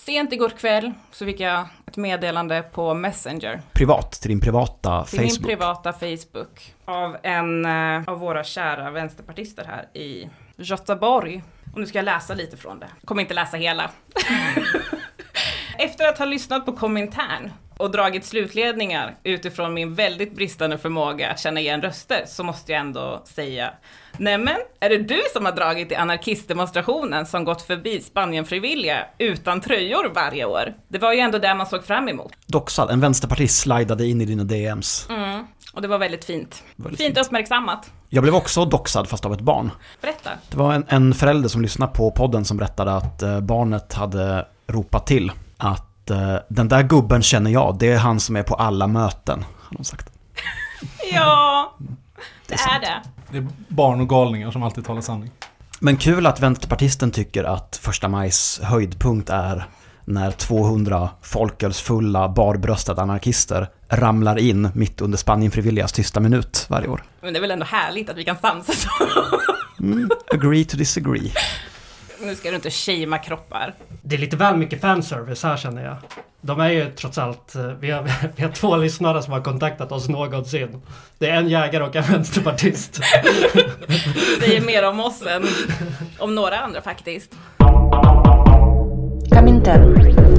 Sent igår kväll så fick jag ett meddelande på Messenger. Privat, till din privata till Facebook. Min privata Facebook. Av en av våra kära vänsterpartister här i Göteborg. Och nu ska jag läsa lite från det. Jag kommer inte läsa hela. Efter att ha lyssnat på Komintern och dragit slutledningar utifrån min väldigt bristande förmåga att känna igen röster, så måste jag ändå säga: nämen, är det du som har dragit i anarkistdemonstrationen som gått förbi Spanienfrivilliga utan tröjor varje år? Det var ju ändå det man såg fram emot. Doxad, en vänsterpartist slidade in i dina DMs. Och det var väldigt fint. Fint uppmärksammat. Jag blev också doxad fast av ett barn. Berätta. Det var en förälder som lyssnade på podden som berättade att barnet hade ropat till att den där gubben känner jag, det är han som är på alla möten, har de sagt. Ja, det är det. Det är barn och galningar som alltid talar sanning. Men kul att vänsterpartisten tycker att första majs höjdpunkt är när 200 folkölsfulla barbröstade anarkister ramlar in mitt under Spanienfrivilligas tysta minut varje år. Men det är väl ändå härligt att vi kan samsas. Agree to disagree. Nu ska du inte shama kroppar. Det är lite väl mycket fanservice här, känner jag. De är ju trots allt... Vi har 2 lyssnare som har kontaktat oss någonsin. Det är en jägare och en vänsterpartist. Det säger mer om oss än om några andra faktiskt. Komintern.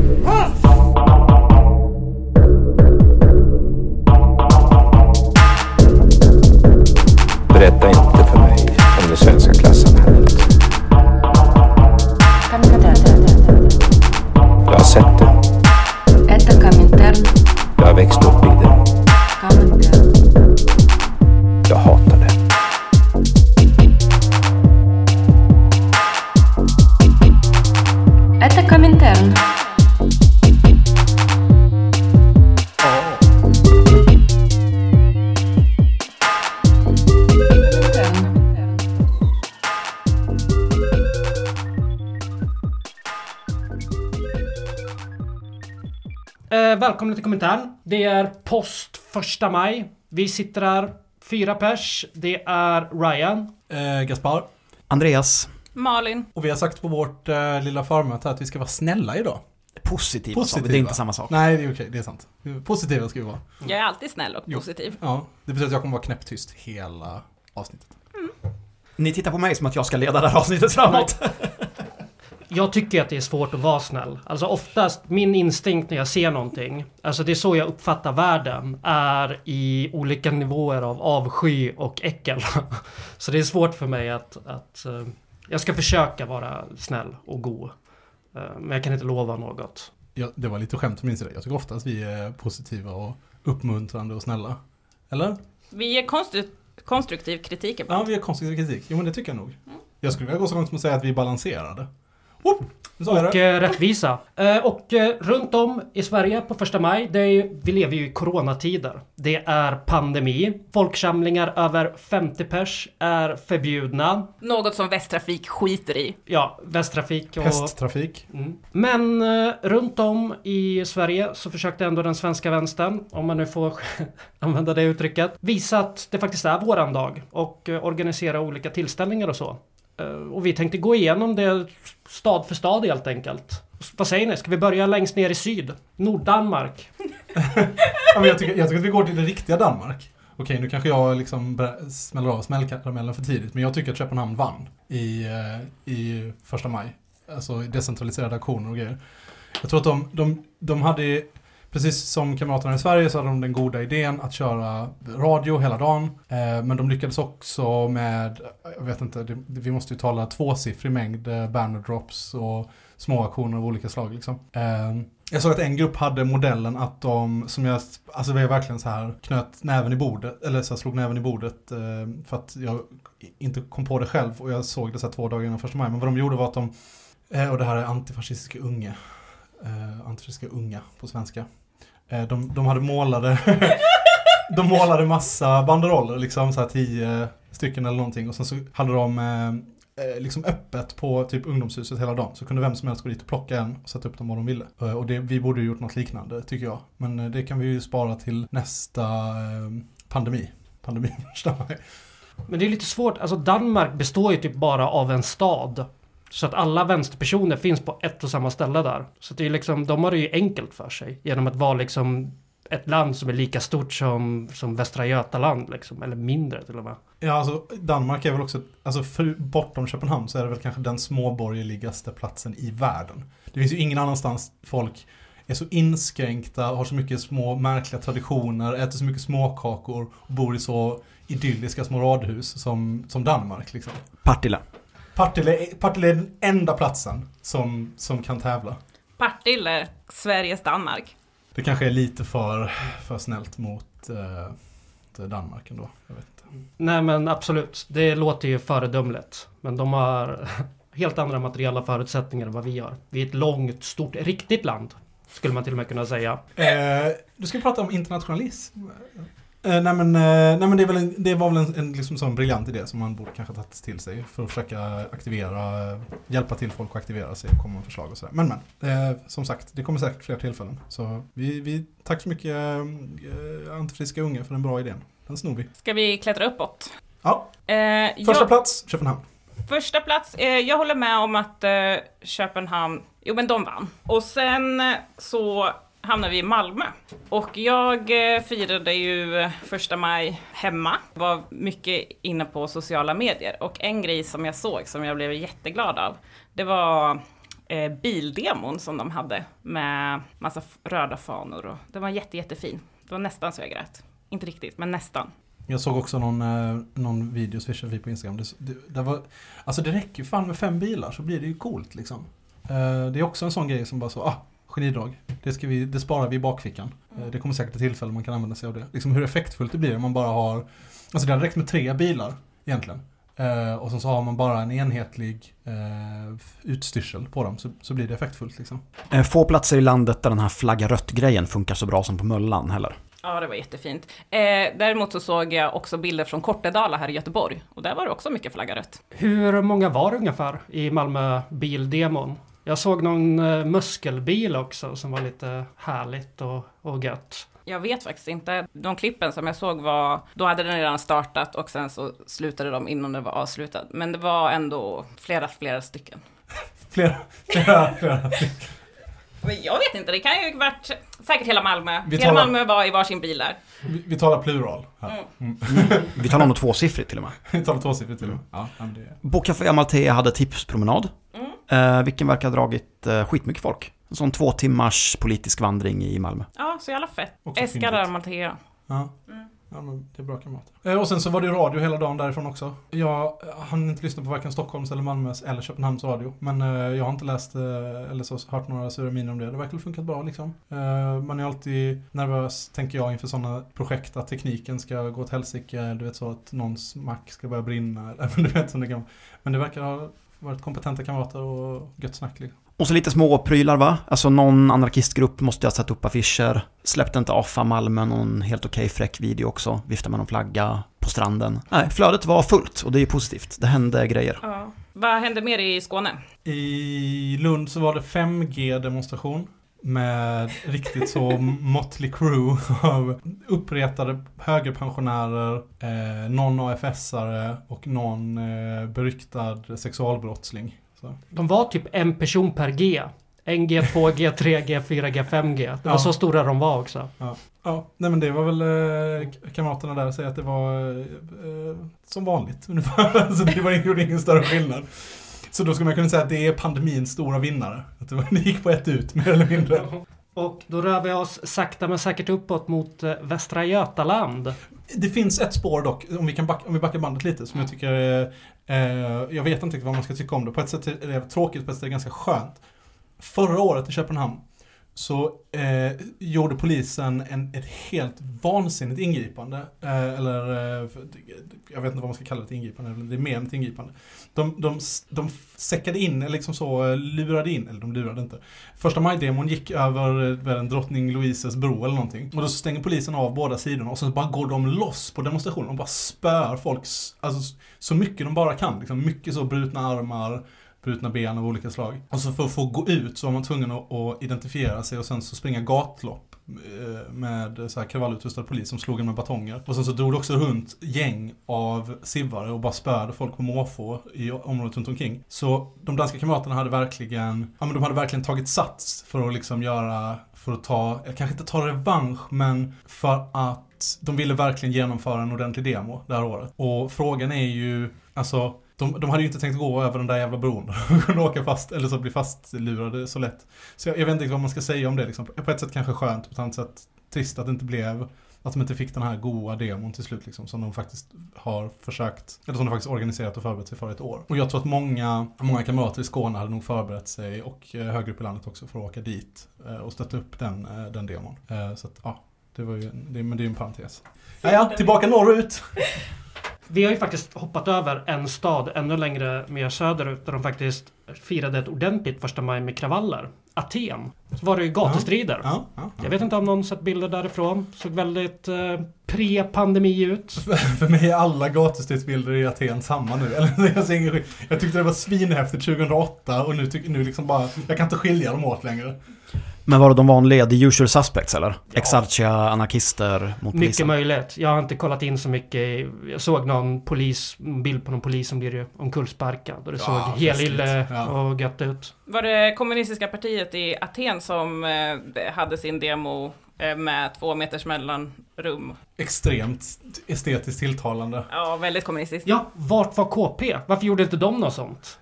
Berätta inte för mig om det svenska klassamhället. Jag har sett det. Это Komintern. Jag har växt upp i det. Komintern. Jag hatar det. Это Komintern. Välkommen till Komintern. Det är post 1 maj. Vi sitter här 4 pers. Det är Ryan. Gaspar. Andreas. Malin. Och vi har sagt på vårt lilla förmöte att vi ska vara snälla idag. Positiva. Det är inte samma sak. Nej, det är okej, det är sant. Positiva ska vi vara. Jag är alltid snäll och positiv. Ja, det betyder att jag kommer vara knäpptyst hela avsnittet. Ni tittar på mig som att jag ska leda det här avsnittet framåt. Jag tycker att det är svårt att vara snäll. Alltså oftast, min instinkt när jag ser någonting, alltså det är så jag uppfattar världen, är i olika nivåer av avsky och äckel. Så det är svårt för mig att jag ska försöka vara snäll och god. Men jag kan inte lova något. Ja, det var lite skämt, minns jag. Jag tycker ofta att vi är positiva och uppmuntrande och snälla. Eller? Vi är konstruktiv kritik. Ja, vi är konstruktiv kritik. Jo, men det tycker jag nog. Jag skulle vilja gå så långt som att säga att vi är balanserade. Och rättvisa. Och runt om i Sverige på 1 maj, vi lever ju i coronatider. Det är pandemi. Folksamlingar över 50 pers är förbjudna. Något som Västtrafik skiter i. Ja, Västtrafik och... Hästtrafik. Men runt om i Sverige så försökte ändå den svenska vänstern, om man nu får använda det uttrycket, visa att det faktiskt är våran dag och organisera olika tillställningar och så. Och vi tänkte gå igenom det stad för stad helt enkelt. Vad säger ni? Ska vi börja längst ner i syd? Norddanmark. Ja, men jag tycker att vi går till det riktiga Danmark. Okej, nu kanske jag liksom smäller av smällkaramellen för tidigt. Men jag tycker att Köpenhamn vann i 1 maj. Alltså decentraliserade aktioner och grejer. Jag tror att de hade... Precis som kamraterna i Sverige så hade de den goda idén att köra radio hela dagen. Men de lyckades också med, jag vet inte, vi måste ju tala 2-siffrig mängd banner drops och små aktioner av olika slag liksom. Jag såg att en grupp hade modellen att de, alltså det är verkligen så här, knöt näven i bordet, eller så slog näven i bordet för att jag inte kom på det själv och jag såg det så här 2 dagar innan 1 maj. Men vad de gjorde var att och det här är antifascistiska unga på svenska. De hade de målade massa banderoller, liksom så här 10 stycken eller någonting. Och sen så hade de liksom öppet på typ ungdomshuset hela dagen. Så kunde vem som helst gå dit och plocka en och sätta upp dem vad de ville. Och vi borde ju gjort något liknande, tycker jag. Men det kan vi ju spara till nästa pandemi. Men det är lite svårt, alltså Danmark består ju typ bara av en stad. Så att alla vänsterpersoner finns på ett och samma ställe där. Så det är liksom, de har det ju enkelt för sig. Genom att vara liksom ett land som är lika stort som Västra Götaland liksom, eller mindre till och med. Ja, alltså Danmark är väl också, alltså bortom Köpenhamn så är det väl kanske den småborgerligaste platsen i världen. Det finns ju ingen annanstans folk är så inskränkta, har så mycket små märkliga traditioner, äter så mycket småkakor och bor i så idylliska små radhus som Danmark liksom. Partille Partille är den enda platsen som kan tävla. Partille, Sveriges Danmark. Det kanske är lite för snällt mot Danmark ändå, jag vet inte. Nej men absolut, det låter ju föredömligt. Men de har helt andra materiella förutsättningar än vad vi har. Vi är ett långt, stort, riktigt land. Skulle man till och med kunna säga. Du ska prata om internationalism. Nej men det var väl en liksom sån briljant idé som man borde kanske tagit till sig för att försöka hjälpa till folk att aktivera sig och komma med förslag och sådär. Men som sagt, det kommer säkert fler tillfällen. Så vi tack så mycket Antifriska unga för den bra idén. Den snor vi. Ska vi klättra uppåt? Ja. Första plats, Köpenhamn. Första plats, jag håller med om att Köpenhamn, jo men de vann. Och sen så hamnade vi i Malmö. Och jag firade ju första maj hemma. Var mycket inne på sociala medier. Och en grej som jag såg som jag blev jätteglad av, det var bildemon som de hade med massa röda fanor. Och det var jättefin. Det var nästan så jag grät. Inte riktigt, men nästan. Jag såg också någon video swishade vi på Instagram. Det var, alltså det räcker ju fan med 5 bilar så blir det ju coolt liksom. Det är också en sån grej som bara så, genidrag. Det sparar vi i bakfickan. Det kommer säkert ett tillfälle man kan använda sig av det. Liksom hur effektfullt det blir om man bara har, alltså det hade räckt med 3 bilar egentligen. Och sen så har man bara en enhetlig utstyrsel på dem så blir det effektfullt liksom. Få platser i landet där den här flagga rött-grejen funkar så bra som på Möllan heller. Ja, det var jättefint. Däremot så såg jag också bilder från Kortedala här i Göteborg. Och där var det också mycket flagga rött. Hur många var det ungefär i Malmö bildemon? Jag såg någon muskelbil också som var lite härligt och gött. Jag vet faktiskt inte. De klippen som jag såg var, då hade den redan startat och sen så slutade de innan det var avslutat. Men det var ändå flera stycken. Flera. Men jag vet inte, det kan ju varit säkert hela Malmö. Hela Malmö var i varsin bil där. Vi talar plural här. Vi talar om 2-siffrigt till och med. Vi talar 2-siffrigt till och med. Ja, Bokcafé Amalthée hade tipspromenad. Vilken verkar ha dragit skitmycket folk. En sån 2 timmars politisk vandring i Malmö. Ja, så jävla fett. Eskar Amalthée. Ja. Ja, men det är bra kamrater. Och sen så var det radio hela dagen därifrån också. Jag hann inte lyssna på varken Stockholms eller Malmös eller Köpenhamns radio. Men jag har inte läst eller så hört några sura miner om det. Det verkar funkat bra liksom. Man är alltid nervös, tänker jag, inför sådana projekt att tekniken ska gå åt helsike. Du vet så att någons mack ska börja brinna. Du vet, som det kan. Men det verkar ha varit kompetenta kamrater och gött snack liksom. Och så lite små prylar va? Alltså någon anarkistgrupp måste ha satt upp affischer. Släppte inte AFA Malmö någon helt okej fräck video också. Viftar med någon flagga på stranden. Nej, flödet var fullt och det är positivt. Det hände grejer. Ja. Vad hände mer i Skåne? I Lund så var det 5G-demonstration med riktigt så motley crew av uppretade högerpensionärer, någon AFS-are och någon beryktad sexualbrottsling. Så. De var typ en person per G. 1G, 2G, 3G, 4G, 5G. Det var så stora de var också. Ja, nej men det var väl kamraterna där säger att det var som vanligt ungefär. Så det var ingen större skillnad. Så då skulle man kunna säga att det är pandemins stora vinnare. Att det gick på ett ut, mer eller mindre. Och då rör vi oss sakta men säkert uppåt mot Västra Götaland. Det finns ett spår dock, om vi backar bandet lite, som jag tycker jag vet inte vad man ska tycka om det. På ett sätt är det tråkigt, på ett sätt är det ganska skönt. Förra året i Köpenhamn så gjorde polisen ett helt vansinnigt ingripande. Eller jag vet inte vad man ska kalla det, ett ingripande. Det är mer än ett ingripande. De säckade in, eller liksom så lurade in. Eller de lurade inte. Första majdemon gick över en drottning Louises bro eller någonting. Och då stänger polisen av båda sidorna. Och så bara går de loss på demonstrationen. Och bara spör folk alltså, så mycket de bara kan. Liksom, mycket så brutna armar. brutna ben av olika slag. Och så för att få gå ut så var man tvungen att identifiera sig och sen så springa gatlopp med så här kravallutrustad polis som slog en med batonger. Och sen så drog det också runt gäng av sivare och bara spörde folk på måfå i området runt omkring. Så de danska kamraterna hade verkligen tagit sats för att liksom jag kanske inte ta revansch, men för att de ville verkligen genomföra en ordentlig demo det här året. Och frågan är ju, alltså de hade ju inte tänkt gå över den där jävla bron och kunna åka fast, eller så bli fastlurade så lätt. Så jag vet inte vad man ska säga om det liksom. På ett sätt kanske skönt, på ett annat sätt trist att det inte blev, att de inte fick den här goda demon till slut liksom, som de faktiskt har försökt, eller som de faktiskt organiserat och förberett sig för ett år. Och jag tror att många kamrater i Skåne hade nog förberett sig, och högre upp i landet också, för att åka dit och stötta upp den demon. Så att, ja, det var ju men det är ju en parentes. Ja, tillbaka norrut. Vi har ju faktiskt hoppat över en stad ännu längre mer söderut där de faktiskt firade ett ordentligt första maj med kravaller. Aten. Så var det ju gatustrider. Ja. Jag vet inte om någon sett bilder därifrån. Såg väldigt pre-pandemi ut. För mig är alla gatustridsbilder i Aten samma nu. Jag tyckte det var svinhäftigt 2008 och nu liksom bara, jag kan inte skilja dem åt längre. Men var det de vanliga, the usual suspects eller? Ja. Exarchia, anarkister mot polisen? Mycket möjligt. Jag har inte kollat in så mycket. Jag såg någon bild på någon polis som blir omkullsparkad. Och det såg helylle och gött ut. Var det kommunistiska partiet i Aten som hade sin demo med 2 meters mellanrum? Extremt estetiskt tilltalande. Ja, väldigt kommunistiskt. Ja, vart var KP? Varför gjorde inte de något sånt?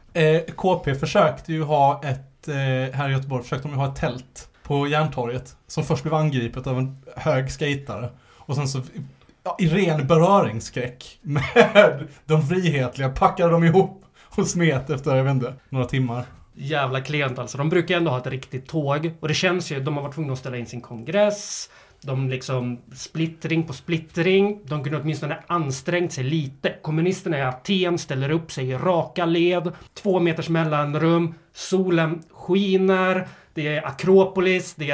KP försökte ju ha här i Göteborg försökte de ju ha ett tält på Järntorget som först blev angripet av en hög skatare och sen så i ren beröringsskräck med de frihetliga packade de ihop och smet efter, jag vet inte, några timmar. Jävla klent alltså. De brukar ändå ha ett riktigt tåg och det känns ju, de har varit tvungna att ställa in sin kongress. De liksom splittring på splittring. De kunde åtminstone ansträngt sig lite. Kommunisterna i Aten ställer upp sig i raka led. 2 meters mellanrum. Solen skiner. Det är Akropolis. Det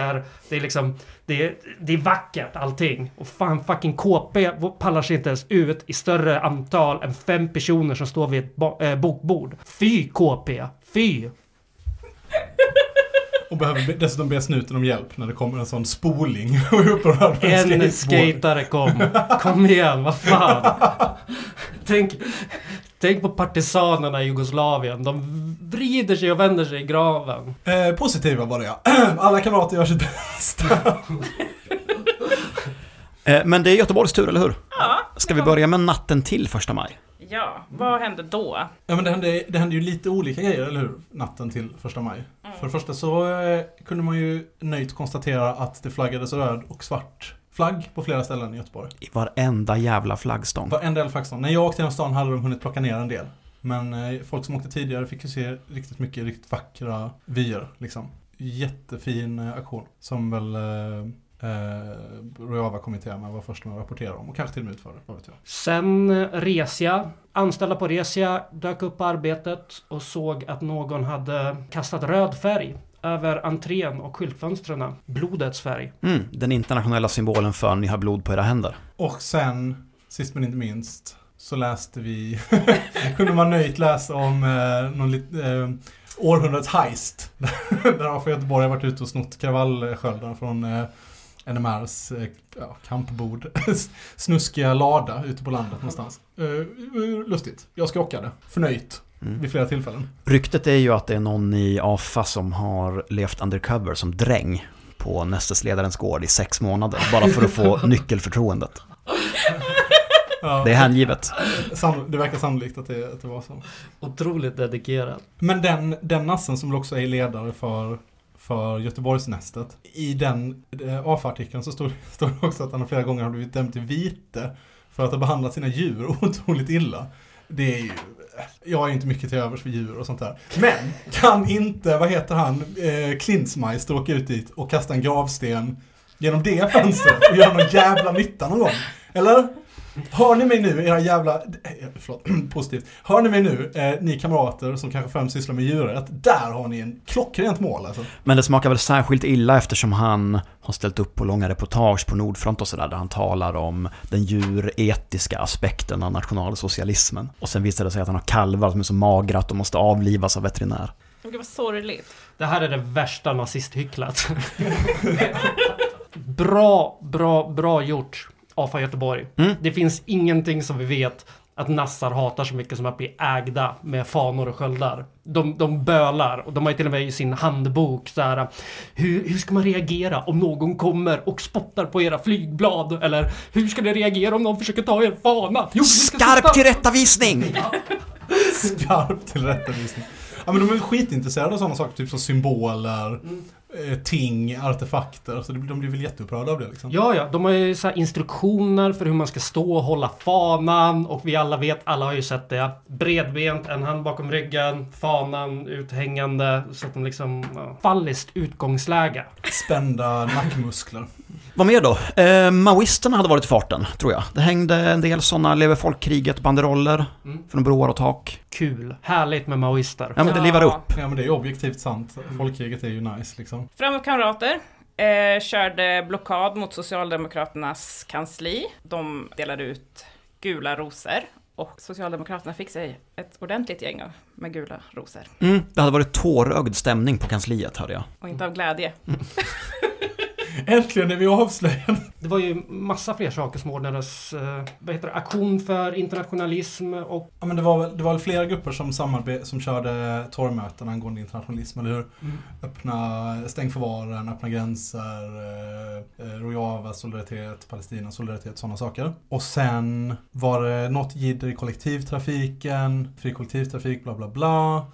är vackert allting. Och fan fucking KP pallar sig inte ens ut i större antal än 5 personer som står vid ett bokbord. Fy KP. Fy. Och behöver dessutom be snuten om hjälp när det kommer en sån spoling. En skatare kom igen, vad fan. Tänk på partisanerna i Jugoslavien. De vrider sig och vänder sig i graven. Positiva var det, ja. Alla kamrater gör sitt bästa. Men det är Göteborgs tur, eller hur? Ja. Ska vi börja med natten till 1 maj? Ja, vad hände då? Ja, men det hände ju lite olika grejer, eller hur? Natten till 1 maj. För det första så kunde man ju nöjt konstatera att det flaggades röd och svart flagg på flera ställen i Göteborg. I varenda jävla flaggstång. Varenda jävla flaggstång. När jag åkte genom stan hade de hunnit plocka ner en del. Men folk som åkte tidigare fick ju se riktigt vackra vyer, liksom. Jättefin aktion som väl Rojava-kommittén var först med att rapportera om och kanske till och med utförde, vad vet jag. Sen Resia, anställda på Resia dök upp på arbetet och såg att någon hade kastat röd färg över entrén och skyltfönstren. Blodets färg. Den internationella symbolen för ni har blod på era händer. Och sen, sist men inte minst, så läste vi kunde man nöjt läsa om århundradets heist. Där har för Göteborg har varit ute och snott kravallsköldarna från NMRs kampbord. Snuskiga lada ute på landet någonstans. Lustigt. Jag skrockade. Förnöjt. Vid flera tillfällen. Ryktet är ju att det är någon i AFA som har levt undercover som dräng på Nästesledarens gård i 6 månader. Bara för att få nyckelförtroendet. Ja. Det är hängivet. Det verkar sannolikt att det var så. Otroligt dedikerad. Men den nassen som också är ledare för Göteborgsnästet. I den AFA-artikeln så står det också att han flera gånger har blivit dömd till vite för att ha behandlat sina djur otroligt illa. Det är ju... Jag är inte mycket till övers för djur och sånt där. Men kan inte, Klintsmaj åka ut dit och kasta en gravsten genom det fönstret och göra någon jävla nytta någon gång? Eller? Hör ni mig nu, era jävla... Förlåt, positivt. Hör ni mig nu, ni kamrater som kanske främst sysslar med djurrätt, där har ni en klockrent mål alltså. Men det smakar väl särskilt illa eftersom han har ställt upp på långa reportage på Nordfront och sådär, där han talar om den djuretiska aspekten av nationalsocialismen. Och sen visar det sig att han har kalvar som är så magra att de måste avlivas av veterinär. Det var sorgligt. Det här är det värsta nazisthycklat. Bra gjort, AFA Göteborg. Det finns ingenting som vi vet att nassar hatar så mycket som att bli ägda med fanor och sköldar. De bölar, och de har ju till och med i sin handbok så här, hur ska man reagera om någon kommer och spottar på era flygblad? Eller hur ska ni reagera om någon försöker ta er fana? Jo, Skarp tillrättavisning! Skarp tillrättavisning. Ja, men de är skitintresserade av sådana saker, typ som symboler, ting, artefakter. Så de blir väl jätteupprörda av det liksom. Ja, de har ju så här instruktioner för hur man ska stå och hålla fanan. Och vi alla har ju sett det. Bredbent, en hand bakom ryggen, fanan uthängande. Så att de liksom, falliskt utgångsläge. Spända nackmuskler. Vad mer då? Maoisterna hade varit i farten, tror jag. Det hängde en del sådana lever folkkriget banderoller från broar och tak. Kul. Härligt med maoister. Ja, men det livar upp. Ja, men det är objektivt sant. Folkkriget är ju nice liksom. Framåt kamrater körde blockad mot Socialdemokraternas kansli. De delade ut gula rosor. Och Socialdemokraterna fick sig ett ordentligt gäng med gula rosor. Det hade varit tårögd stämning på kansliet, hörde jag. Och inte av glädje. Äntligen är vi avslöjade. Det var ju massa fler saker som ordnades. Aktion för internationalism och... Ja, men det var väl flera grupper som körde torgmöten angående internationalism, eller hur? Stäng förvaren, öppna gränser, Rojava, solidaritet, Palestina, solidaritet, sådana saker. Och sen var det något jidder i kollektivtrafiken, fri kollektivtrafik, bla bla bla.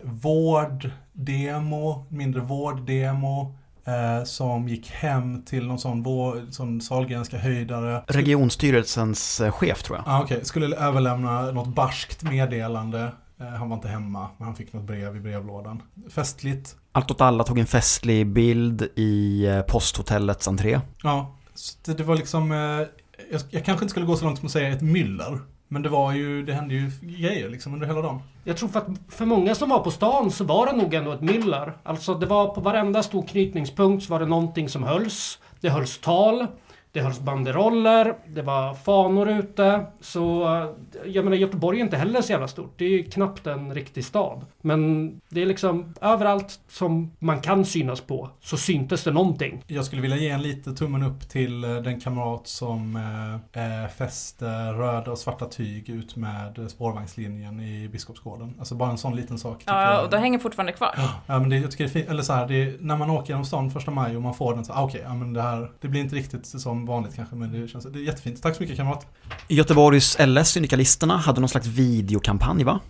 Mindre vårddemo. Som gick hem till någon sån Sahlgrenska höjdare. Regionstyrelsens chef, tror jag. Okej. Skulle överlämna något barskt meddelande. Han var inte hemma, men han fick något brev i brevlådan. Festligt. Allt åt alla tog en festlig bild i posthotellets entré. Ja, så det var liksom... Jag kanske inte skulle gå så långt som att säga ett myller. Men det hände ju grejer liksom under hela dagen. Jag tror för många som var på stan så var det nog ändå ett myller. Alltså det var på varenda stor knytningspunkt så var det någonting som hölls. Det hölls tal, det hölls banderoller, det var fanor ute. Så jag menar, Göteborg är inte heller så jävla stort. Det är ju knappt en riktig stad. Men det är liksom överallt som man kan synas på så syntes det någonting. Jag skulle vilja ge en lite tummen upp till den kamrat som fäste röda och svarta tyg ut med spårvagnslinjen i Biskopsgården. Alltså bara en sån liten sak. Ja, och det hänger fortfarande kvar. Ja, men jag tycker det är fint. Eller så här, när man åker genom stan 1 maj och man får den så men det blir inte riktigt som vanligt kanske, men det är jättefint. Tack så mycket, kamrat. Göteborgs LS-syndikalisterna hade någon slags videokampanj, va?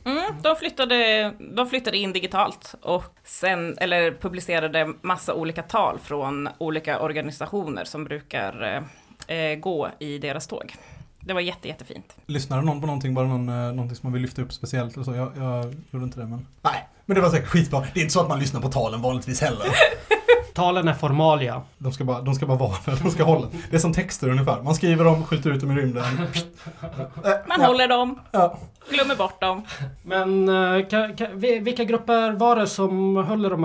De flyttade in digitalt och sen publicerade massa olika tal från olika organisationer som brukar gå i deras tåg. Det var jättefint. Lyssnade någon på någonting, bara någonting som man vill lyfta upp speciellt eller så? Jag gjorde inte det, men... Nej, men det var säkert skitbra. Det är inte så att man lyssnar på talen vanligtvis heller. Talen är formalia. De ska bara vara där. De ska hålla. Det är som texter ungefär. Man skriver dem, skjuter ut dem i rymden. Man håller dem. Ja. Glömmer bort dem. Men vilka grupper var det som höll de här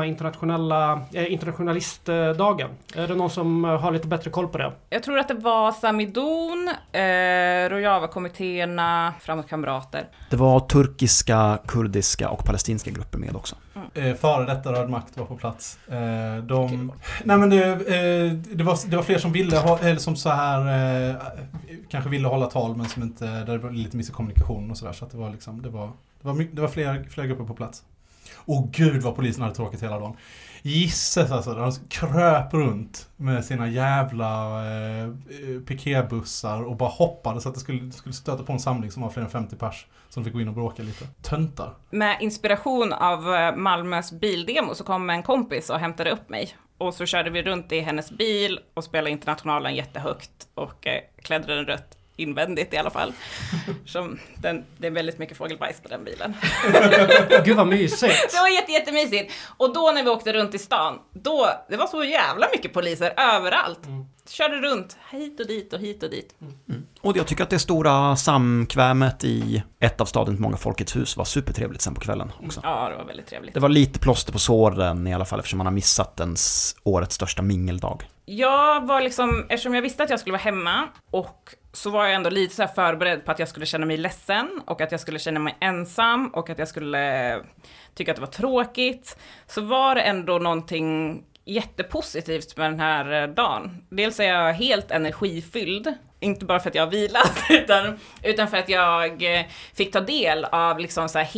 internationalistdagen? Är det någon som har lite bättre koll på det? Jag tror att det var Samidon, Rojava-kommittéerna, Framåt kamrater. Det var turkiska, kurdiska och palestinska grupper med också. Före detta Röd makt var på plats. Nej, men det var fler som ville eller som så här kanske ville hålla tal, men som inte, där det var lite misskommunikation och sådär, så att det var liksom det var flera grupper på plats. Och gud vad polisen hade tråkigt hela dagen. Gisses alltså, de kröp runt med sina jävla piketbussar och bara hoppade så att det skulle stöta på en samling som var fler än 50 pers som fick gå in och bråka lite. Töntar. Med inspiration av Malmös bildemo så kom en kompis och hämtade upp mig. Och så körde vi runt i hennes bil och spelade Internationalen jättehögt och klädde den rött. Invändigt i alla fall. Det är väldigt mycket fågelbajs på den bilen. Gud vad mysigt. Det var jättemysigt. Och då när vi åkte runt i stan, det var så jävla mycket poliser överallt. Körde runt hit och dit och hit och dit. Och jag tycker att det stora samkvämet i ett av stadens många Folkets hus var supertrevligt sen på kvällen också. Ja, det var väldigt trevligt. Det var lite plåster på såren i alla fall eftersom man har missat årets största mingeldag. Jag var liksom, eftersom jag visste att jag skulle vara hemma och så var jag ändå lite så här förberedd på att jag skulle känna mig ledsen och att jag skulle känna mig ensam och att jag skulle tycka att det var tråkigt. Så var det ändå någonting jättepositivt med den här dagen. Dels är jag helt energifylld, inte bara för att jag har vilat utan för att jag fick ta del av liksom så här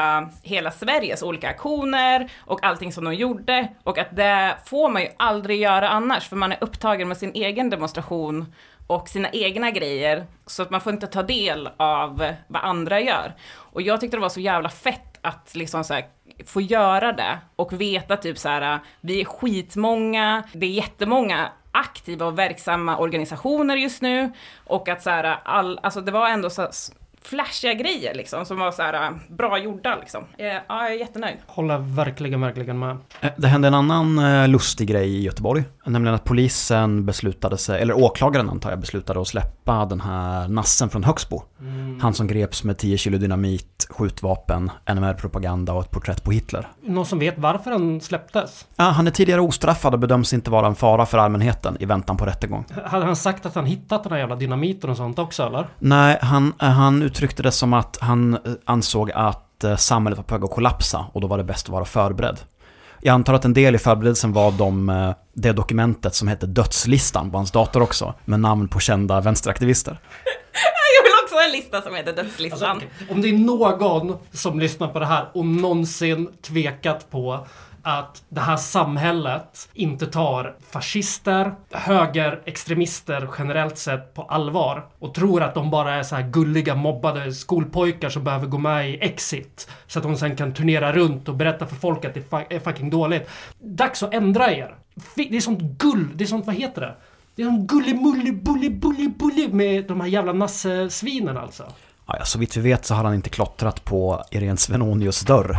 hela Sveriges olika aktioner och allting som de gjorde, och att det får man ju aldrig göra annars, för man är upptagen med sin egen demonstration och sina egna grejer, så att man får inte ta del av vad andra gör. Och jag tyckte det var så jävla fett att liksom så här få göra det och veta typ så här, vi är skitmånga, det är jättemånga aktiva och verksamma organisationer just nu, och att så här, alltså det var ändå så flashiga grejer liksom, som var så här bra gjorda liksom. Ja, jag är jättenöjd. Håller verkligen med. Det hände en annan lustig grej i Göteborg, nämligen att polisen beslutade sig, eller åklagaren antar jag, beslutade att släppa den här nassen från Högsbo. Han som greps med 10 kilo dynamit, skjutvapen, NMR-propaganda och ett porträtt på Hitler. Någon som vet varför han släpptes? Ja, han är tidigare ostraffad och bedöms inte vara en fara för allmänheten i väntan på rättegång. Hade han sagt att han hittat den här jävla dynamiten och sånt också, eller? Nej, han uttryckte det som att han ansåg att samhället var på väg att kollapsa och då var det bäst att vara förberedd. Jag antar att en del i förberedelsen var det dokumentet som heter Dödslistan på hans dator också, med namn på kända vänsteraktivister. Jag vill också ha en lista som heter Dödslistan. Alltså, om det är någon som lyssnar på det här och någonsin tvekat på att det här samhället inte tar fascister, högerextremister generellt sett på allvar och tror att de bara är så här gulliga mobbade skolpojkar som behöver gå med i Exit så att de sen kan turnera runt och berätta för folk att det är fucking dåligt. Dags att ändra er. Det är sånt det är sånt, vad heter det? Det är sånt bulli med de här jävla nassesvinen alltså. Ja, så vitt vi vet så har han inte klottrat på Irene Svenonius dörr.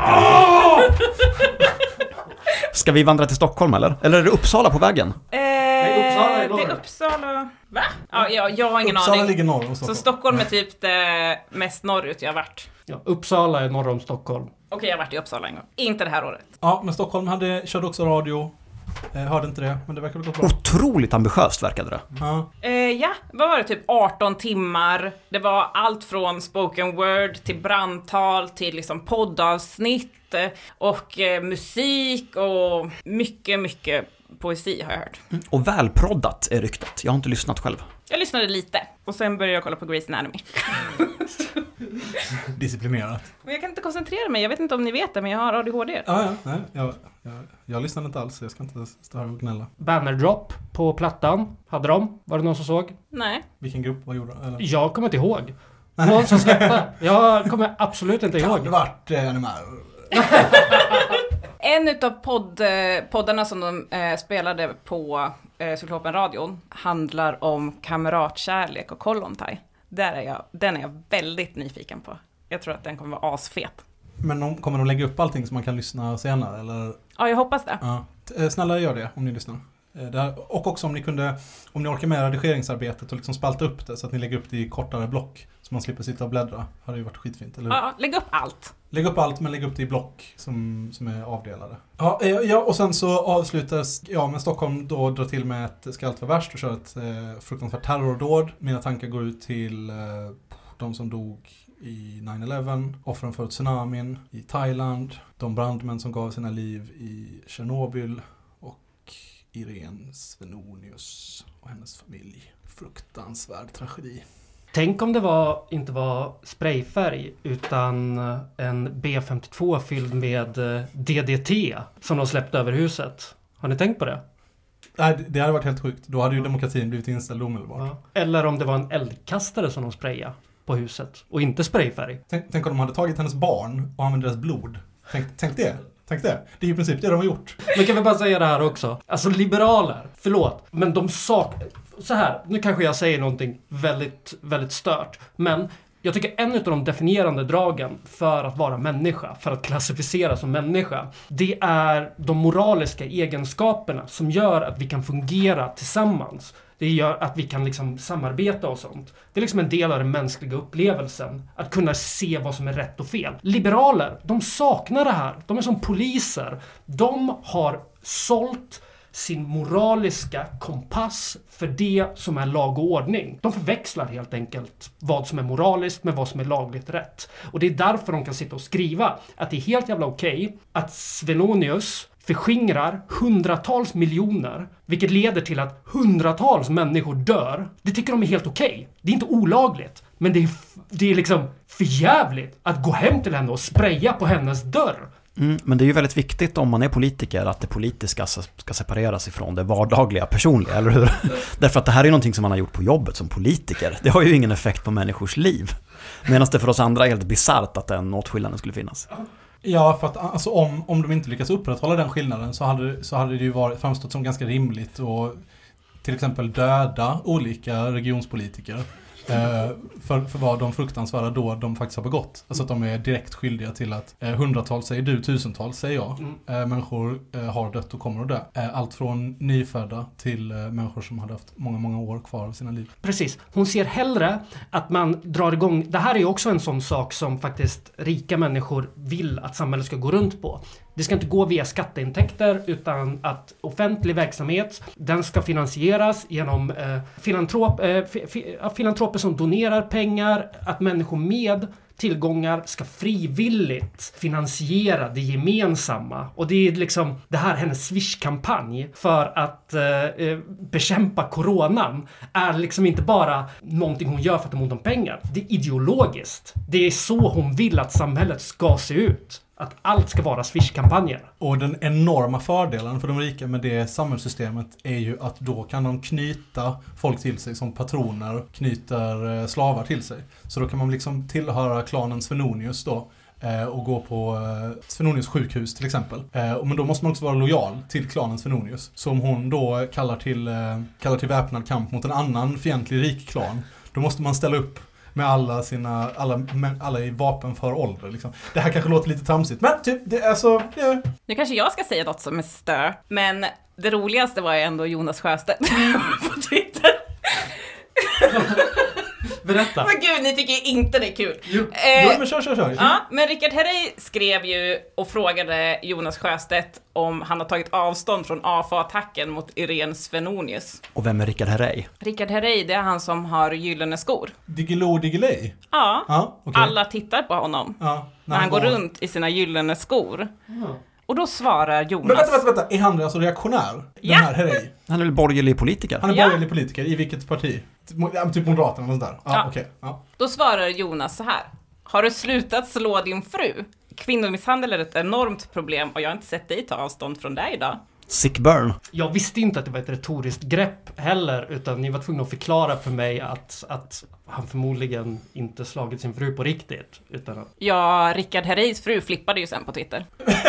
Ska vi vandra till Stockholm eller? Eller är det Uppsala på vägen? Uppsala är norr. Det är Uppsala. Va? Ja, jag har ingen Uppsala aning. ligger norr om Stockholm. Så Stockholm är typ det mest norrut jag har varit. Ja, Uppsala är norr om Stockholm. Okej, jag har varit i Uppsala en gång. Inte det här året. Ja, men Stockholm körde också radio. Hörde inte det, men det verkar gå bra. Otroligt ambitiöst verkade det. Ja. Ja, vad var det? Typ 18 timmar. Det var allt från spoken word till brandtal till liksom poddavsnitt och musik och mycket poesi har jag hört. Och välproddat är ryktet. Jag har inte lyssnat själv. Jag lyssnade lite och sen började jag kolla på Grey's Anatomy. Disciplinerat. Men jag kan inte koncentrera mig. Jag vet inte om ni vet det, men jag har ADHD. Nej, jag lyssnade inte alls. Jag ska inte stå här och gnälla. Bannerdrop på plattan hade de. Var det någon som såg? Nej. Vilken grupp? Vad gjorde eller? Jag kommer inte ihåg. Någon som släppte. Jag kommer absolut inte ihåg. Kan det varit NMR? En utav poddarna som de spelade på Cyklopen-radion handlar om kamratkärlek och Kollontaj. Den är jag väldigt nyfiken på. Jag tror att den kommer vara asfet. Men kommer de lägga upp allting så man kan lyssna senare? Eller? Ja, jag hoppas det. Ja. Snälla gör det om ni lyssnar. Och också om ni orkar med redigeringsarbetet och liksom spalta upp det så att ni lägger upp det i kortare block så man slipper sitta och bläddra. Har det ju varit skitfint, eller hur? Ja, lägg upp allt. Lägg upp allt, men lägg upp det i block som är avdelade. Ja, och sen så avslutas med Stockholm då drar till med ett Ska allt vara värst och kör ett fruktansvärt terrordåd. Mina tankar går ut till de som dog i 9/11, offren för tsunamin i Thailand, de brandmän som gav sina liv i Tjernobyl och Irene Svenonius och hennes familj. Fruktansvärd tragedi. Tänk om det inte var sprayfärg utan en B52 fylld med DDT som de släppte över huset. Har ni tänkt på det? Nej, det hade varit helt sjukt. Då hade ju demokratin blivit inställd omedelbart. Ja. Eller om det var en eldkastare som de sprayade på huset och inte sprayfärg. Tänk om de hade tagit hennes barn och använt deras blod. Tänk det. Det är ju i princip det de har gjort. Men kan vi bara säga det här också. Alltså liberaler, förlåt, men de saknar... Så här, nu kanske jag säger någonting väldigt, väldigt stört. Men jag tycker en av de definierande dragen för att vara människa, för att klassificeras som människa, det är de moraliska egenskaperna som gör att vi kan fungera tillsammans. Det gör att vi kan liksom samarbeta och sånt. Det är liksom en del av den mänskliga upplevelsen. Att kunna se vad som är rätt och fel. Liberaler, de saknar det här. De är som poliser. De har sålt sin moraliska kompass för det som är lag och ordning. De förväxlar helt enkelt vad som är moraliskt med vad som är lagligt rätt. Och det är därför de kan sitta och skriva att det är helt jävla okej att Svenonius förskingrar hundratals miljoner, vilket leder till att hundratals människor dör. Det tycker de är helt okej. Det är inte olagligt, men det är liksom förjävligt att gå hem till henne och spraya på hennes dörr. Men det är ju väldigt viktigt om man är politiker att det politiska ska separeras ifrån det vardagliga, personliga, eller hur? Därför att det här är ju någonting som man har gjort på jobbet som politiker. Det har ju ingen effekt på människors liv. Medan det för oss andra är helt bisarrt att den åtskillnaden skulle finnas. Ja, för att alltså, om de inte lyckas upprätthålla den skillnaden så hade det ju framstått som ganska rimligt och till exempel döda olika regionspolitiker för vad de fruktansvärda då de faktiskt har begått. Alltså att de är direkt skyldiga till att hundratals säger du, tusentals säger jag. Människor har dött och kommer att dö. Allt från nyfödda till människor som hade haft många, många år kvar av sina liv. Precis. Hon ser hellre att man drar igång... Det här är ju också en sån sak som faktiskt rika människor vill att samhället ska gå runt på. Det ska inte gå via skatteintäkter utan att offentlig verksamhet, den ska finansieras genom filantroper som donerar pengar, att människor med tillgångar ska frivilligt finansiera det gemensamma. Och det är liksom det här hennes Swish-kampanj för att bekämpa coronan är liksom inte bara någonting hon gör för att hon har ont om pengar. Det är ideologiskt. Det är så hon vill att samhället ska se ut. Att allt ska vara Swish-kampanjer. Och den enorma fördelen för de rika med det samhällssystemet är ju att då kan de knyta folk till sig som patroner knyter slavar till sig. Så då kan man liksom tillhöra klanen Svenonius då och gå på Svenonius sjukhus till exempel. Men då måste man också vara lojal till klanen Svenonius. Så om hon då kallar till väpnad kamp mot en annan fientlig rik klan, då måste man ställa upp med alla i vapenför ålder liksom. Det här kanske låter lite tramsigt, men typ det är så... Yeah. Nu kanske jag ska säga något som är stört, men det roligaste var ju ändå Jonas Sjöstedt på Twitter. Berätta. Men gud, ni tycker inte det är kul. Jo, men kör. Ja, men Rickard Herrey skrev ju och frågade Jonas Sjöstedt om han har tagit avstånd från AFA-attacken mot Irene Svenonius. Och vem är Rickard Herrey? Rickard Herrey, det är han som har gyllene skor. Diggiley? Ja, okay. Alla tittar på honom. När han går runt i sina gyllene skor. Och då svarar Jonas... Men vänta, är han alltså reaktionär? Ja. Den här Herrey? Han är väl borgerlig politiker? Han är borgerlig politiker, i vilket parti? Typ Moderaterna och sånt där. Ja. Okej. Ja. Då svarar Jonas så här: har du slutat slå din fru? Kvinnomisshandel är ett enormt problem och jag har inte sett dig ta avstånd från det idag. Sick burn. Jag visste inte att det var ett retoriskt grepp heller, utan ni var tvungna att förklara för mig att han förmodligen inte slagit sin fru på riktigt. Utan att... Ja, Rickard Herreys fru flippade ju sen på Twitter.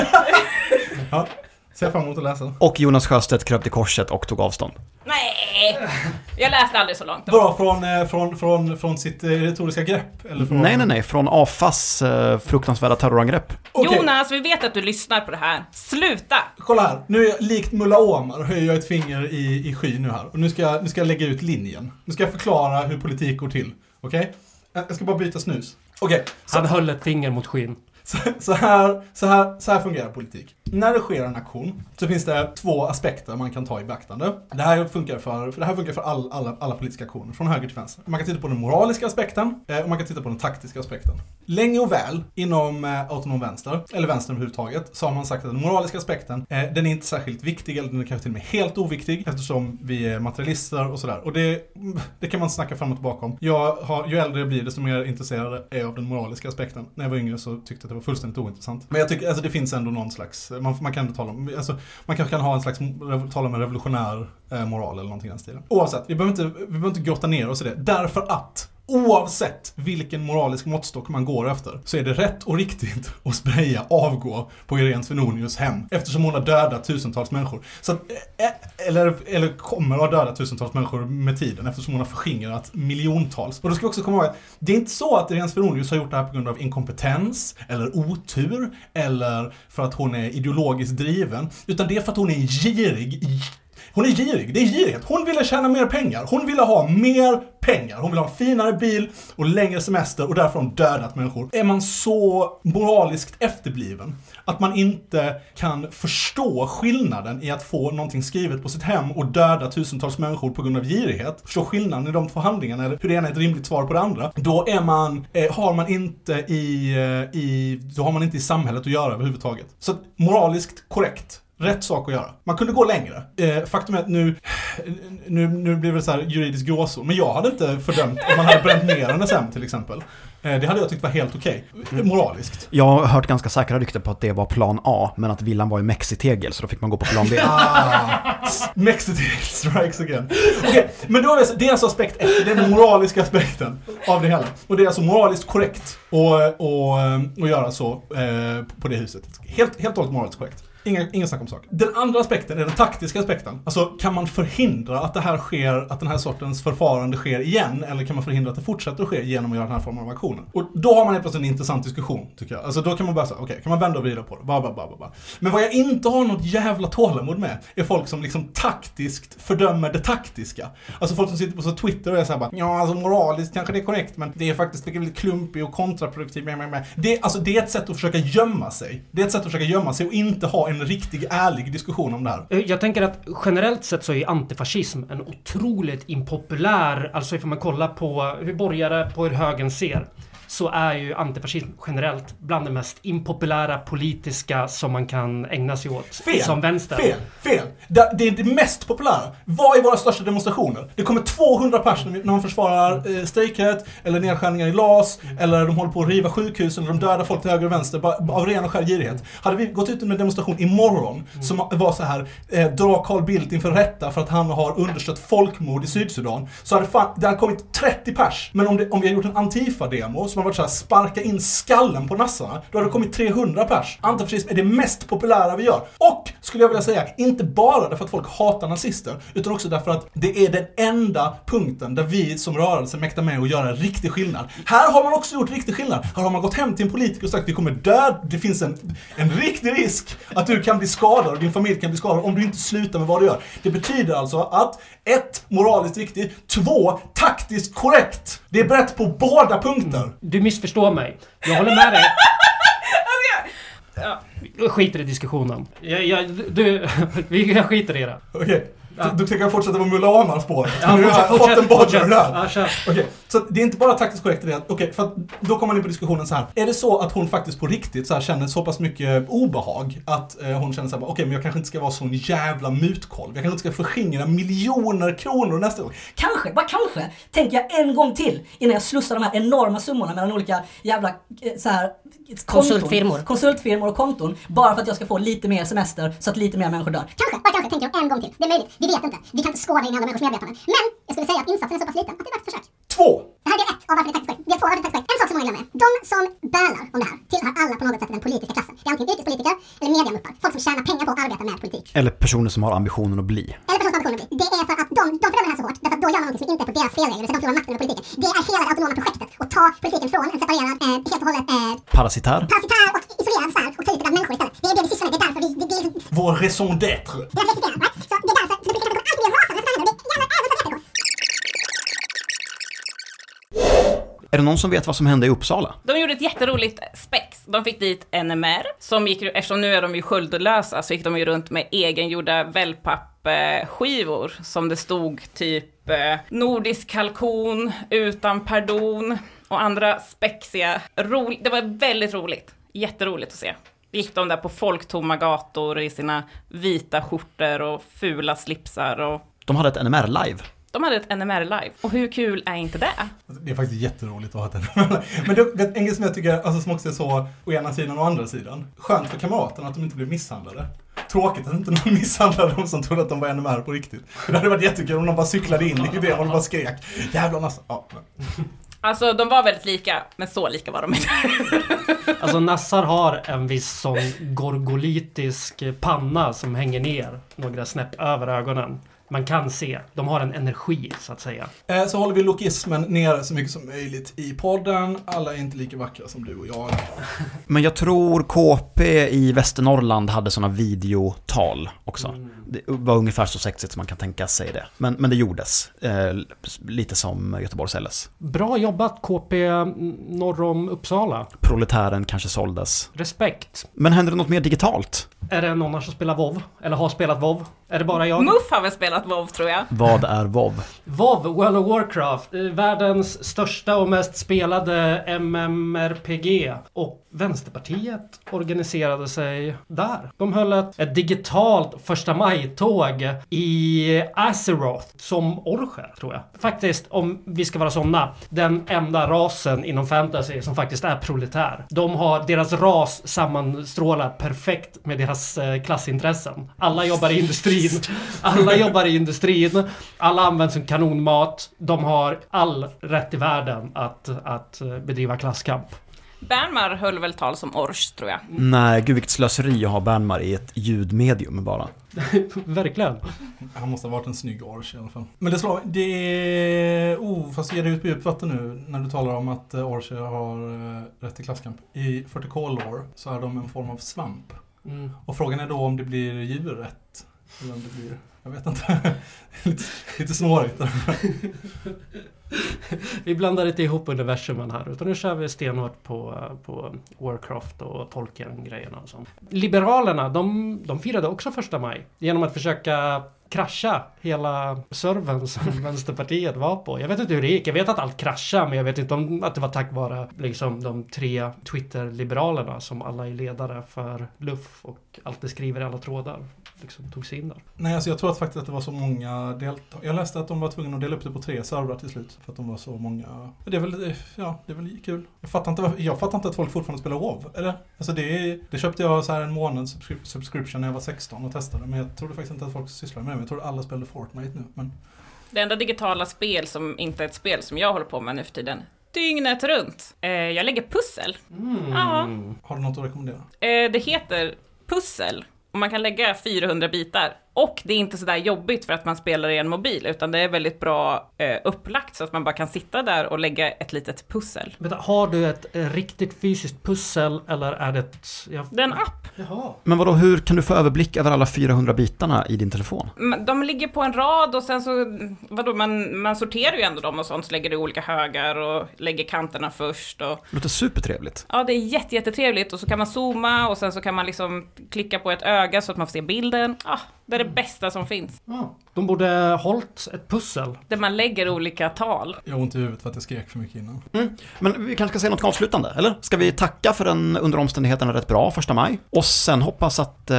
Ja, ser fram emot att läsa. Och Jonas Sjöstedt kröp till korset och tog avstånd. Nej, jag läste aldrig så långt. Bara från sitt retoriska grepp? Eller från... Nej. Från AFAs fruktansvärda terrorangrepp. Okay. Jonas, vi vet att du lyssnar på det här. Sluta! Kolla här, nu är jag likt Mulla Omar, höjer jag ett finger i sky nu här. Och nu ska jag lägga ut linjen. Nu ska jag förklara hur politik går till. Okej? Jag ska bara byta snus. Okej. Han höll ett finger mot skyn. Så här fungerar politik. När det sker en aktion så finns det två aspekter man kan ta i beaktande. Det här funkar för alla politiska aktioner, från höger till vänster. Man kan titta på den moraliska aspekten och man kan titta på den taktiska aspekten. Länge och väl inom autonom vänster, eller vänster överhuvudtaget, så har man sagt att den moraliska aspekten, den är inte särskilt viktig, eller den är kanske till och med helt oviktig, eftersom vi är materialister och sådär. Och det kan man snacka fram och tillbaka om. Ju äldre jag blir, desto mer intresserad är jag av den moraliska aspekten. När jag var yngre så tyckte jag att det var fullständigt ointressant. Men jag tycker, alltså det finns ändå någon slags, man kan tala om, alltså man kanske kan ha en slags, tala om en revolutionär moral eller någonting i den stilen. Oavsett, vi behöver inte grotta ner oss i det, därför att oavsett vilken moralisk måttstock man går efter så är det rätt och riktigt att spraya avgå på Irene Svenonius hem, eftersom hon har dödat tusentals människor. Så att, eller kommer att ha dödat tusentals människor med tiden, eftersom hon har förskingrat miljontals. Och då ska vi också komma ihåg att det är inte så att Irene Svenonius har gjort det här på grund av inkompetens eller otur eller för att hon är ideologiskt driven, utan det är för att hon är girig Hon är girig, det är girighet. Hon ville tjäna mer pengar. Hon ville ha mer pengar. Hon vill ha en finare bil och längre semester och därför har hon dödat människor. Är man så moraliskt efterbliven att man inte kan förstå skillnaden i att få någonting skrivet på sitt hem och döda tusentals människor på grund av girighet, förstå skillnaden i de två handlingarna eller hur det ena är ett rimligt svar på det andra, då är man, har man inte i samhället att göra överhuvudtaget. Så moraliskt korrekt. Rätt sak att göra. Man kunde gå längre. Faktum är att nu blir det så här juridisk gråzon. Men jag hade inte fördömt om man hade bränt ner en SM till exempel. Det hade jag tyckt var helt okej. Moraliskt. Jag har hört ganska säkra rykten på att det var plan A, men att villan var i Mexitegel, så då fick man gå på plan B. Mexitegel strikes again. Okej, men då är det alltså aspekt 1. Det är den moraliska aspekten av det hela. Och det är alltså moraliskt korrekt att göra så på det huset. Helt och hållet moraliskt korrekt. Ingen snack om saker. Den andra aspekten är den taktiska aspekten. Alltså, kan man förhindra att det här sker, att den här sortens förfarande sker igen, eller kan man förhindra att det fortsätter att ske genom att göra den här formen av aktioner? Och då har man helt plötsligt en intressant diskussion, tycker jag. Alltså, då kan man bara säga, okej, kan man vända och vrida på det? Bara. Men vad jag inte har något jävla tålamod med är folk som liksom taktiskt fördömer det taktiska. Alltså folk som sitter på så Twitter och är så här bara, ja, alltså moraliskt kanske det är korrekt, men det är faktiskt lite klumpig och kontraproduktiv. Det är ett sätt att försöka gömma sig. Det är ett sätt att försöka gömma sig och inte ha en riktig, ärlig diskussion om det här. Jag tänker att generellt sett så är antifascism en otroligt impopulär, alltså ifall man kollar på hur borgare på hur högern ser, så är ju antifascism generellt bland det mest impopulära politiska som man kan ägna sig åt. Som vänster. Fel. Det är det mest populära. Vad är våra största demonstrationer? Det kommer 200 personer när man försvarar strejkrätt eller nedskärningar i LAS, eller de håller på att riva sjukhusen eller de dödar folk till höger och vänster av ren och skär girighet. Hade vi gått ut med en demonstration imorgon som var så här, dra Carl Bildt inför rätta för att han har understött folkmord i Sydsudan, så hade det hade kommit 30 pers. Men om vi har gjort en Antifa-demo som har varit så här, sparka in skallen på nassarna, då har det kommit 300 pers. Antifascism är det mest populära vi gör. Och, skulle jag vilja säga, inte bara därför att folk hatar nazister, utan också därför att det är den enda punkten där vi som rörelse mäktar med att göra en riktig skillnad. Här har man också gjort riktig skillnad. Här har man gått hem till en politiker och sagt att vi kommer dö. Det finns en riktig risk att du kan bli skadad och din familj kan bli skadad om du inte slutar med vad du gör. Det betyder alltså att 1. Moraliskt riktigt, 2. Taktiskt korrekt. Det är brett på båda punkter. Du missförstår mig. Jag håller med dig. Jag skiter i diskussionen. Jag skiter i det. Okej. Du tänker jag fortsätta på Mulla Ahmars spår. Okej, så det är inte bara taktiskt korrekt det. Okej, för att då kommer man in på diskussionen så här. Är det så att hon faktiskt på riktigt så här känner så pass mycket obehag att hon känner så här, okej, men jag kanske inte ska vara sån jävla mutkolv. Jag kanske inte ska förskingra miljoner kronor nästa gång. Kanske tänker jag en gång till innan jag slussar de här enorma summorna mellan olika jävla så här konsultfirmor och konton, bara för att jag ska få lite mer semester så att lite mer människor dör. Kanske tänker jag en gång till. Det är möjligt. Vi vet inte. Vi kan inte skåda in alla människors medvetande. Men jag skulle säga att insatsen är så pass liten att det är värt ett försök. 2. Det här är 1 av varför det är taktiskt korrekt. Det är 2 av varför det är taktiskt korrekt. En sak som många glömmer. De som bälar om det här tillhör alla på något sätt den politiska klassen. Det är antingen yrkespolitiker eller mediamuppar. Folk som tjänar pengar på att arbeta med politik. Eller personer som har ambitionen att bli. Det är för att de fördömer det här så hårt. Därför att då gör man någonting som inte är på deras spelregler. Så de förlorar makten över politiken. Det är hela det autonoma projektet. Att ta politiken från en separerad, helt och hållet Parasitär och isolerad sfär och ta ut det bland människor istället. Det är det vi sysslar med. Det är därför det är vår raison d'être. Det är existerar, right? Så det är därför så politiken kommer alltid bli rasande. Det är jävla även för rätt. Är det någon som vet vad som hände i Uppsala? De gjorde ett jätteroligt spex. De fick dit NMR, som gick, eftersom nu är de ju sköldlösa, så gick de ju runt med egengjorda wellpappskivor som det stod typ nordisk kalkon utan pardon och andra spexiga. Det var väldigt roligt. Jätteroligt att se. Gick de där på folktomma gator i sina vita skjortor och fula slipsar och... De hade ett NMR live. De hade ett NMR live. Och hur kul är inte det? Det är faktiskt jätteroligt att ha ett NMR. Men det är en grej som jag tycker, alltså, som också är så å ena sidan och å andra sidan. Skönt för kamraterna att de inte blev misshandlade. Tråkigt att inte någon misshandlade dem som trodde att de var NMR på riktigt. Det hade varit jättekul om de bara cyklade in i det och de bara skrek. Jävla nassar. Ja. Alltså, de var väldigt lika, men så lika var de inte. Alltså, nassar har en viss sån gorgolitisk panna som hänger ner några snäpp över ögonen. man kan se. De har en energi, så att säga. Så håller vi lokismen ner så mycket som möjligt i podden. Alla är inte lika vackra som du och jag. Men jag tror KP i Västernorrland hade såna videotal också. Det var ungefär så sexigt som man kan tänka sig det. Men det gjordes. Lite som Göteborgs LS. Bra jobbat KP norr om Uppsala. Proletären kanske såldes. Respekt. Men händer det något mer digitalt? Är det någon som spelar WoW? Eller har spelat WoW? Är det bara jag? Muff har väl spelat WoW, tror jag. Vad är WoW? WoW, World of Warcraft, världens största och mest spelade MMORPG. Och Vänsterpartiet organiserade sig där. De höll ett digitalt första maj-tåg i Azeroth som orcher, tror jag. Faktiskt, om vi ska vara såna, den enda rasen inom fantasy som faktiskt är proletär. Deras ras sammanstrålar perfekt med deras klassintressen. Alla jobbar i industrin. Alla används som kanonmat. De har all rätt i världen att bedriva klasskamp. Bernmar höll väl tal som ors, tror jag. Nej, gud vilket slöseri att ha Bernmar i ett ljudmedium bara. Verkligen. Han måste ha varit en snygg ors i alla fall. Men fast ger det ut på djupt vatten nu när du talar om att orcher har rätt till klasskamp. I 40K-lore så är de en form av svamp. Och frågan är då om det blir djurrätt. Eller om det blir... Jag vet inte. lite snårigt. Vi blandar inte ihop universumen här, utan nu kör vi stenhårt på Warcraft och Tolkien-grejerna och sånt. Liberalerna, de firade också första maj genom att försöka krascha hela servern som Vänsterpartiet var på. Jag vet inte hur det gick. Jag vet att allt kraschade, men jag vet inte om att det var tack vare liksom, de 3 Twitter-liberalerna som alla är ledare för Luff och alltid skriver i alla trådar. Liksom tog sig in där. Nej, alltså jag tror att faktiskt att det var så många deltagare. Jag läste att de var tvungna att dela upp det på 3 servrar till slut för att de var så många. Det är väl kul. Jag fattar inte att folk fortfarande spelar WoW, eller? Alltså det köpte jag så här en månads subscription när jag var 16 och testade, men jag trodde faktiskt inte att folk sysslar med det. Jag tror att alla spelade Fortnite nu, men det enda digitala spel som inte är ett spel som jag håller på med nu för tiden. Dygnet runt. Jag lägger pussel. Ja. Har du något att rekommendera? Det heter pussel. Och man kan lägga 400 bitar. Och det är inte så där jobbigt för att man spelar i en mobil, utan det är väldigt bra upplagt så att man bara kan sitta där och lägga ett litet pussel. Har du ett riktigt fysiskt pussel eller är det Det är en app. Jaha. Men vadå, hur kan du få överblick över alla 400 bitarna i din telefon? De ligger på en rad och sen så, man sorterar ju ändå dem och sånt, så lägger du olika högar och lägger kanterna först. Och... Det låter supertrevligt. Ja, det är jättetrevligt och så kan man zooma och sen så kan man liksom klicka på ett öga så att man får se bilden. Det är det bästa som finns. De borde hållit ett pussel. Där man lägger olika tal. Jag har ont i huvudet för att jag skrek för mycket innan. Men vi kanske ska säga något avslutande, eller? Ska vi tacka för en under omständigheterna rätt bra 1 maj? Och sen hoppas att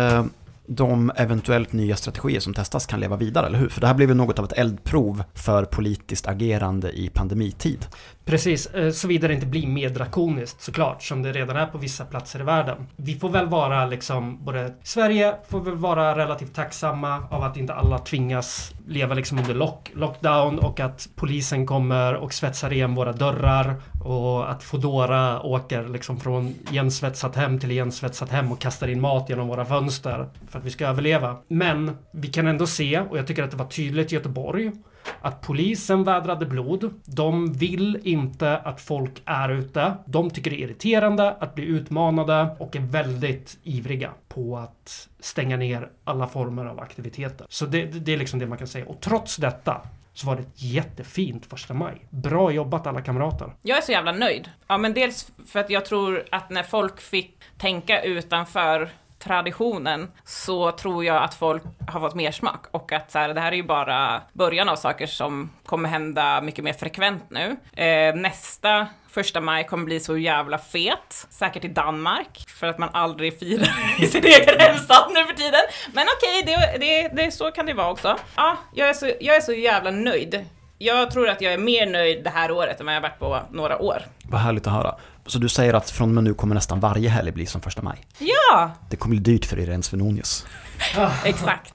de eventuellt nya strategier som testas kan leva vidare, eller hur? För det här blev ju något av ett eldprov för politiskt agerande i pandemitid. Precis, såvida det inte blir mer drakoniskt såklart, som det redan är på vissa platser i världen. Vi får väl vara liksom, både Sverige får väl vara relativt tacksamma av att inte alla tvingas leva liksom under lockdown och att polisen kommer och svetsar igen våra dörrar och att Foodora åker liksom från igensvetsat hem till igensvetsat hem och kastar in mat genom våra fönster för att vi ska överleva. Men vi kan ändå se, och jag tycker att det var tydligt i Göteborg, att polisen vädrade blod. De vill inte att folk är ute. De tycker det är irriterande att bli utmanade och är väldigt ivriga på att stänga ner alla former av aktiviteter. Så det är liksom det man kan säga. Och trots detta så var det ett jättefint 1 maj. Bra jobbat alla kamrater. Jag är så jävla nöjd. Ja, men dels för att jag tror att när folk fick tänka utanför traditionen så tror jag att folk har fått mer smak och att så här, det här är ju bara början av saker som kommer hända mycket mer frekvent nu. Nästa 1 maj kommer bli så jävla fet, säkert i Danmark, för att man aldrig firar i sin egen hemstad nu för tiden. Men okej, det så kan det vara också. Ja, jag är så jävla nöjd. Jag tror att jag är mer nöjd det här året än vad jag har varit på några år. Vad härligt att höra. Så du säger att från och med nu kommer nästan varje helg bli som 1 maj? Ja! Det kommer bli dyrt för Irene Svenonius. Exakt.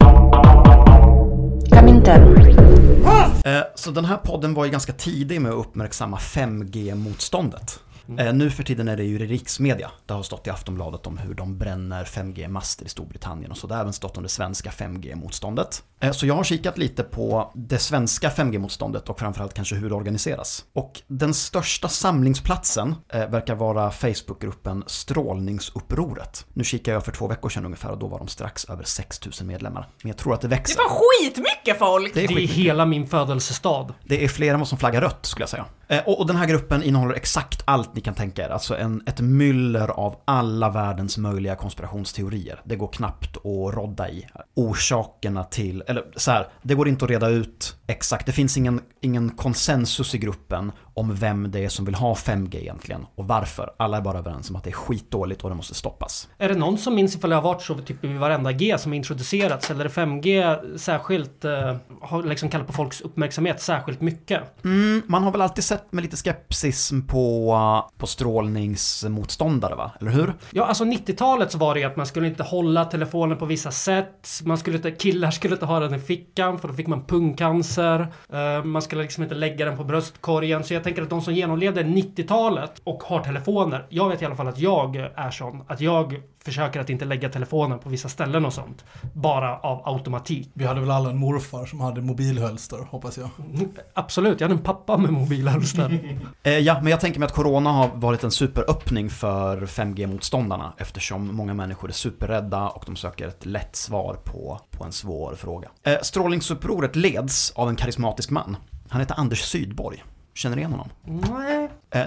Så den här podden var ju ganska tidig med att uppmärksamma 5G-motståndet. Nu för tiden är det ju riksmedia. Det har stått i Aftonbladet om hur de bränner 5G-master i Storbritannien och så. Det har även stått om det svenska 5G-motståndet. Så jag har kikat lite på det svenska 5G-motståndet och framförallt kanske hur det organiseras. Och den största samlingsplatsen verkar vara Facebookgruppen Strålningsupproret. Nu kikade jag för 2 veckor sedan ungefär och då var de strax över 6 000 medlemmar. Men jag tror att det växer. Det var skitmycket folk! Det är hela min födelsestad. Det är fler än vad som flaggar rött skulle jag säga. Och den här gruppen innehåller exakt allt ni kan tänka er. Alltså ett myller av alla världens möjliga konspirationsteorier. Det går knappt att rodda i. Orsakerna till, eller så här, det går inte att reda ut exakt. Det finns ingen konsensus i gruppen om vem det är som vill ha 5G egentligen och varför. Alla är bara överens om att det är skitdåligt och det måste stoppas. Är det någon som minns ifall det har varit så typ vid varenda G som introducerats eller är 5G särskilt har liksom kallat på folks uppmärksamhet särskilt mycket? Man har väl alltid sett med lite skepsism på strålningsmotståndare, va? Eller hur? Ja, alltså 90-talet så var det att man skulle inte hålla telefonen på vissa sätt. Killar skulle inte ha den i fickan för då fick man pungcancer. Man skulle liksom inte lägga den på bröstkorgen. Så jag tänker att de som genomlevde 90-talet och har telefoner, jag vet i alla fall att jag är sån, att jag försöker att inte lägga telefonen på vissa ställen och sånt. Bara av automatik. Vi hade väl alla en morfar som hade mobilhölster, hoppas jag. Absolut, jag hade en pappa med mobilhölster. Ja, men jag tänker mig att corona har varit en superöppning för 5G-motståndarna eftersom många människor är superrädda och de söker ett lätt svar på en svår fråga. Strålningsupproret leds av en karismatisk man. Han heter Anders Sydborg. Känner ni igen honom? Nej.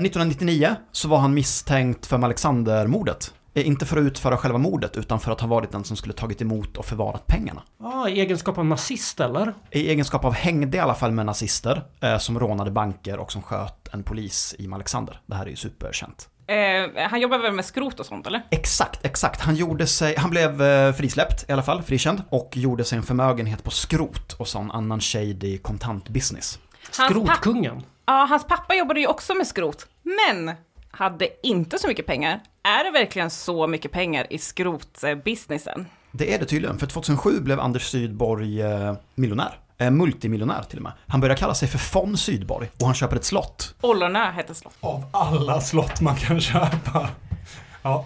1999 så var han misstänkt för Alexandermordet. Inte för att utföra själva mordet utan för att ha varit den som skulle tagit emot och förvarat pengarna. I egenskap av nazist eller? I egenskap av hängde i alla fall med nazister som rånade banker och som sköt en polis i Alexander. Det här är ju superkänt. Han jobbar väl med skrot och sånt, eller? Exakt. Han blev frisläppt i alla fall, frikänd och gjorde sig en förmögenhet på skrot och sån annan shady kontantbusiness. Skrotkungen? Ja, hans pappa jobbade ju också med skrot, men hade inte så mycket pengar. Är det verkligen så mycket pengar i skrotbusinessen? Det är det tydligen, för 2007 blev Anders Sydborg miljonär. Multimiljonär till och med. Han börjar kalla sig för von Sydborg och han köper ett slott. Ollonö heter slott. Av alla slott man kan köpa. Ja.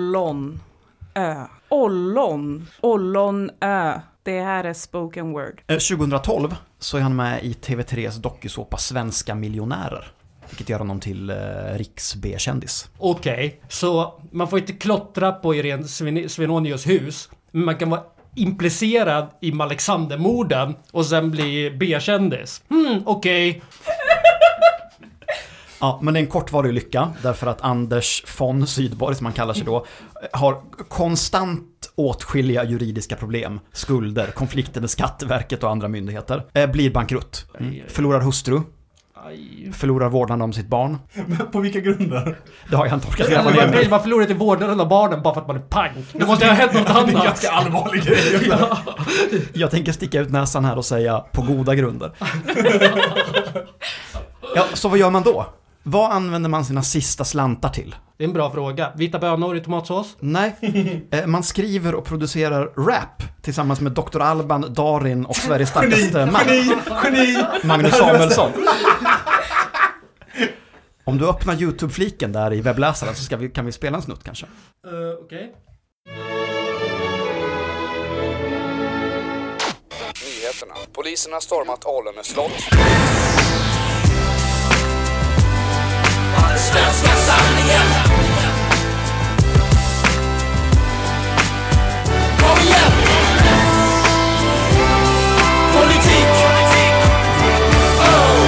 Ollonö. Det här är spoken word. 2012 så är han med i TV3s dokusåpa Svenska miljonärer. Vilket gör honom till riks-B-kändis. Okej, så man får inte klottra på Irene Svenonius hus. Men man kan vara implicerad i Alexandermorden och sen bli B-kändis. Okej. Ja, men det är en kortvarig lycka därför att Anders von Sydborg, som han kallar sig då, har konstant åtskilliga juridiska problem, skulder, konflikter med Skatteverket och andra myndigheter. Blir bankrutt. Förlorar hustru. Förlorar vårdnaden om sitt barn. Men på vilka grunder? Det har jag inte orkat gräva ner mig. Man förlorar till vårdnaden av barnen bara för att man är pank. Det måste ha hänt något annat. Det är ganska allvarlig grej. Ja. Jag tänker sticka ut näsan här och säga på goda grunder. Ja, så vad gör man då? Vad använder man sina sista slantar till? Det är en bra fråga. Vita bönor i tomatsås? Nej, man skriver och producerar rap tillsammans med Dr. Alban, Darin och Sveriges starkaste man. Geni! Magnus Samuelsson. Om du öppnar YouTube-fliken där i webbläsaren så kan vi spela en snutt kanske. Okej. Nyheterna. Polisen har stormat Alunne slott. Svenska sanningen. Kom igen. Politik. Oh.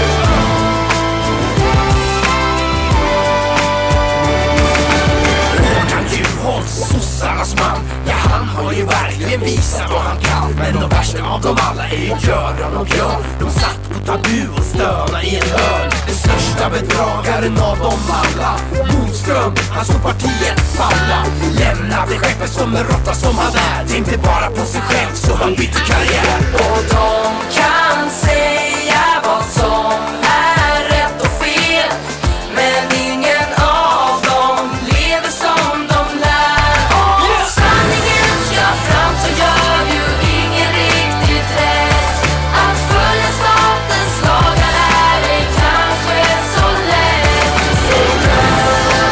Håkan Juholt, sossarnas man. Ja, han har ju verkligen visat vad han kan. Men de värsta av dem alla är Göran och Björn. De satt på tabu och stöna i ett hörn. Den största bedragaren av dem alla, Bodström, han såg partiet falla. Lämnade skeppet som en råtta som han är. Tänkte bara på sig själv så han bytte karriär. Och de kan säga vad som är rätt och fel, men ingen av dem lever som de lär. Om sanningen ska fram så gör ju ingen riktigt rätt. Att följa statens lagar är det kanske så lätt. Så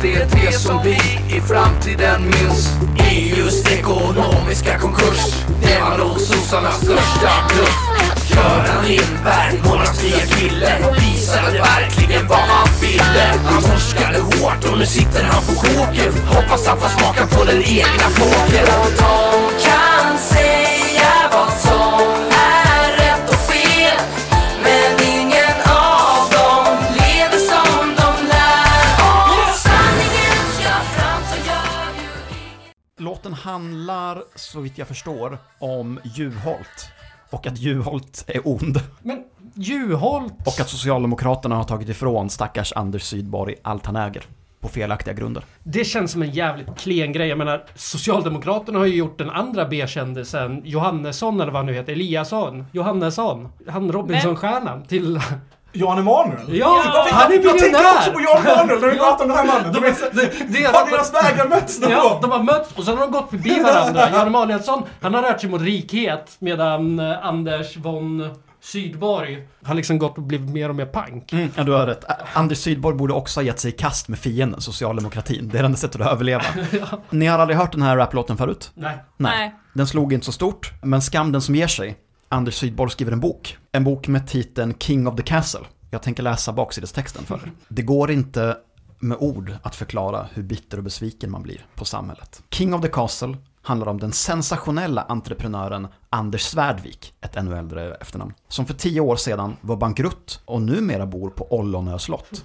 det är det som vi i framtiden minns. EUs ekonomiska konkurs, det var nog sossarnas största bluff. Göran Lindberg, monarkikillen, visade verkligen vad han ville. Han torskade hårt och nu sitter han på kåken. Hoppas han får smaka på den egna påken. Och de kan säga vad som är rätt och fel, men ingen av dem lever som de lär. Om sanningen ska fram så gör ju ingen. Låten handlar, så vitt jag förstår, om Juholt. Och att Juholt är ond. Men Juholt... Och att Socialdemokraterna har tagit ifrån stackars Anders Sydborg allt han äger. På felaktiga grunder. Det känns som en jävligt klen grej. Jag menar, Socialdemokraterna har ju gjort den andra B-kändisen, Johannesson eller vad han nu heter, Eliasson. Johannesson. Han Robinson-stjärnan till... Jan Emanuel? Ja, han är miljonär! Jag tänker också på Jan Emanuel när vi pratar om den här mannen. Har deras vägar mötts då? Ja, de har mötts och sen har de gått förbi varandra. Jan Emanuelsson, han har rört sig mot rikhet, medan Anders von Sydborg har liksom gått och blivit mer och mer punk. Ja, du har rätt. Anders Sydborg borde också ha gett sig i kast med fienden, socialdemokratin. Det är det enda sättet att överleva. Ja. Ni har aldrig hört den här raplåten förut? Nej. Den slog inte så stort, men skam den som ger sig. Anders Sydborg skriver en bok. En bok med titeln King of the Castle. Jag tänker läsa baksidestexten för er. Det går inte med ord att förklara hur bitter och besviken man blir på samhället. King of the Castle handlar om den sensationella entreprenören Anders Svärdvik, ett ännu äldre efternamn, som för 10 år sedan var bankrutt och numera bor på Ollonö slott.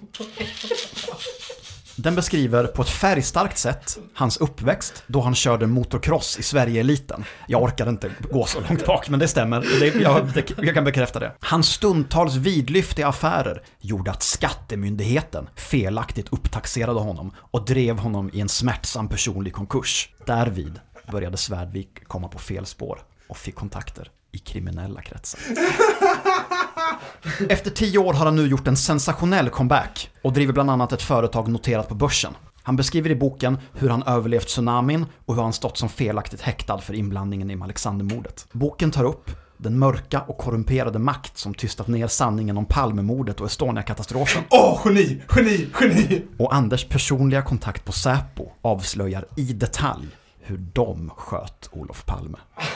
Den beskriver på ett färgstarkt sätt hans uppväxt då han körde motocross i Sverige-eliten. Jag orkar inte gå så långt bak, men det stämmer. Jag kan bekräfta det. Hans stundtals vidlyftiga affärer gjorde att skattemyndigheten felaktigt upptaxerade honom och drev honom i en smärtsam personlig konkurs. Därvid började Svärdvik komma på fel spår och fick kontakter i kriminella kretsar. Efter 10 år har han nu gjort en sensationell comeback och driver bland annat ett företag noterat på börsen. Han beskriver i boken hur han överlevt tsunamin och hur han stått som felaktigt häktad för inblandningen i Alexandermordet. Boken tar upp den mörka och korrumperade makt som tystat ner sanningen om Palmemordet och Estonia-katastrofen. Geni! Och Anders personliga kontakt på Säpo avslöjar i detalj hur de sköt Olof Palme.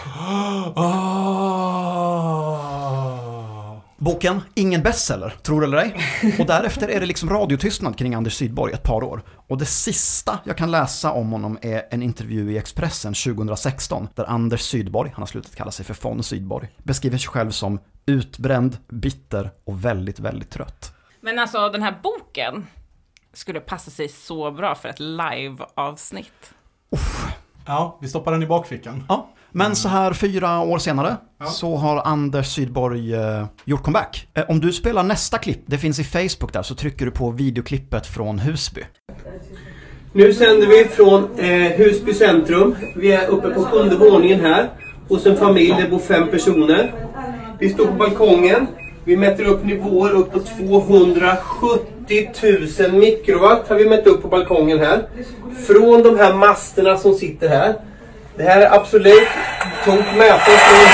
Boken, ingen bestseller, tror eller ej. Och därefter är det liksom radiotystnad kring Anders Sydborg ett par år. Och det sista jag kan läsa om honom är en intervju i Expressen 2016 där Anders Sydborg, han har slutat kalla sig för von Sydborg, beskriver sig själv som utbränd, bitter och väldigt, väldigt trött. Men alltså den här boken skulle passa sig så bra för ett live-avsnitt. Ja, vi stoppar den i bakfickan. Ja, men så här 4 år senare så har Anders Sydborg gjort comeback. Om du spelar nästa klipp, det finns i Facebook där, så trycker du på videoklippet från Husby. Nu sänder vi från Husby centrum. Vi är uppe på 7:e våningen här hos en familj, det bor 5 personer. Vi står på balkongen. Vi mäter upp nivåer upp på 270 000 mikrowatt har vi mätt upp på balkongen här. Från de här masterna som sitter här. Det här är absolut tungt mätare från...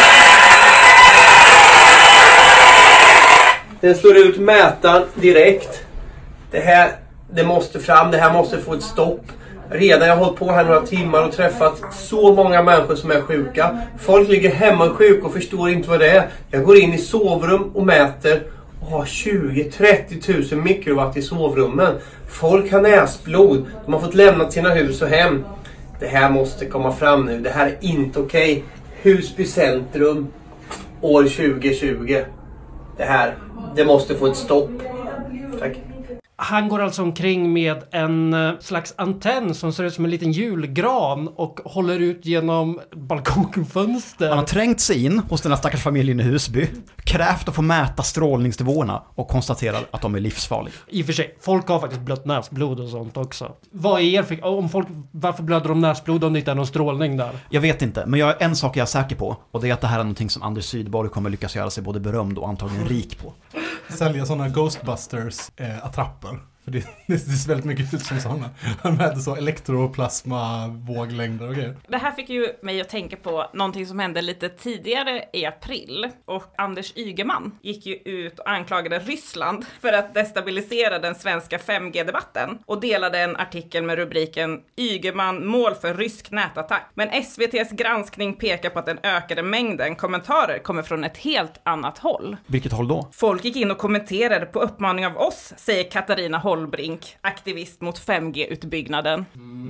Den slår ut mätaren direkt. Det måste fram, det här måste få ett stopp. Redan jag har hållit på här några timmar och träffat så många människor som är sjuka. Folk ligger hemma sjuka och förstår inte vad det är. Jag går in i sovrum och mäter och har 20-30 000 mikrowatt i sovrummen. Folk har näsblod. De har fått lämna sina hus och hem. Det här måste komma fram nu. Det här är inte okej. Husby centrum år 2020. Det måste få ett stopp. Tack. Han går alltså omkring med en slags antenn som ser ut som en liten julgran och håller ut genom balkongfönster. Han har trängt sig in hos den här stackars familjen i Husby, krävt att få mäta strålningsnivåerna och konstaterar att de är livsfarliga. I och för sig, folk har faktiskt blött näsblod och sånt också. Vad är varför blöder de näsblod om det inte är någon strålning där? Jag vet inte, men en sak jag är säker på, och det är att det här är någonting som Anders Sydborg kommer lyckas göra sig både berömd och antagligen rik på. Sälja sådana Ghostbusters-attrapper. För det ser väldigt mycket ut som sådana. Han mäter så elektroplasma, våglängder och grejer. Det här fick ju mig att tänka på någonting som hände lite tidigare i april. Och Anders Ygeman gick ju ut och anklagade Ryssland för att destabilisera den svenska 5G-debatten. Och delade en artikel med rubriken Ygeman mål för rysk nätattack. Men SVT:s granskning pekar på att den ökade mängden kommentarer kommer från ett helt annat håll. Vilket håll då? Folk gick in och kommenterade på uppmaning av oss, säger Katarina Holbrink, aktivist mot 5G-utbyggnaden.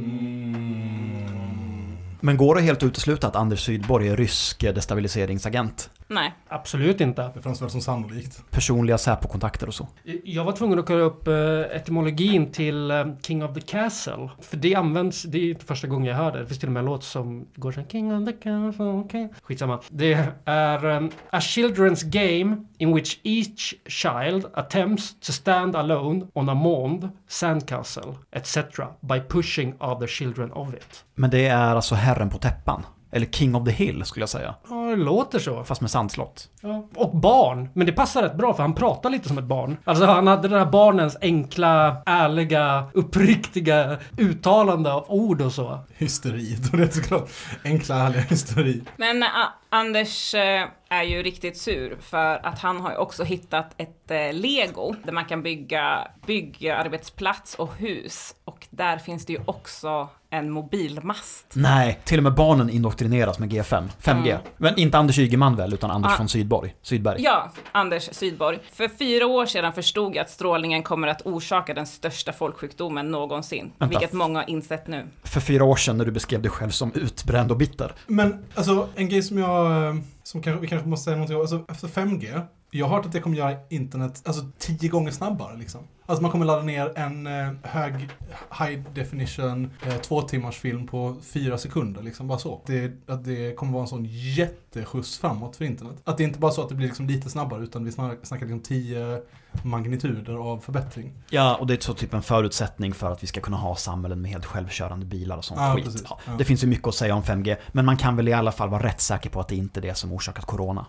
Men går det helt utesluta att Anders Sydborg är rysk destabiliseringsagent? Nej. Absolut inte. Det fanns väl som sannolikt. Personliga Säpo-kontakter och så. Jag var tvungen att kolla upp etymologin till King of the Castle. För det används, det är inte första gången jag hör det. Det finns till och med en låt som går så här, King of the Castle, okay. Skitsamma. Det är a children's game in which each child attempts to stand alone on a mound, sandcastle, etc. by pushing other children of it. Men det är alltså herren på täppan. Eller King of the Hill skulle jag säga. Ja, det låter så. Fast med sandslott. Ja. Och barn. Men det passar rätt bra för han pratar lite som ett barn. Alltså han hade den här barnens enkla, ärliga, uppriktiga uttalande av ord och så. Hysteriet. Och det är såklart enkla, ärliga hysteri. Men Anders är ju riktigt sur för att han har ju också hittat ett Lego där man kan bygga arbetsplats och hus. Och där finns det ju också en mobilmast. Nej, till och med barnen indoktrineras med G5. 5G. Men inte Anders Ygeman väl, utan Anders från Sydberg. Ja, Anders Sydborg. För 4 år sedan förstod jag att strålningen kommer att orsaka den största folksjukdomen någonsin. Vänta. Vilket många har insett nu. För 4 år sedan när du beskrev dig själv som utbränd och bitter. Men alltså en grej som vi kanske måste säga någonting om. Alltså efter 5G, jag har hört att det kommer göra internet 10 gånger snabbare liksom. Alltså man kommer ladda ner en high definition 2 timmars film på 4 sekunder liksom, bara så. Att det kommer vara en sån jätteskjuts framåt för internet. Att det inte bara så att det blir liksom lite snabbare, utan vi snackar liksom 10 magnituder av förbättring. Ja, och det är så typ en förutsättning för att vi ska kunna ha samhällen med helt självkör bilar och sånt skit. Precis. Ja. Det finns ju mycket att säga om 5G, men man kan väl i alla fall vara rätt säker på att det inte är det som orsakat corona.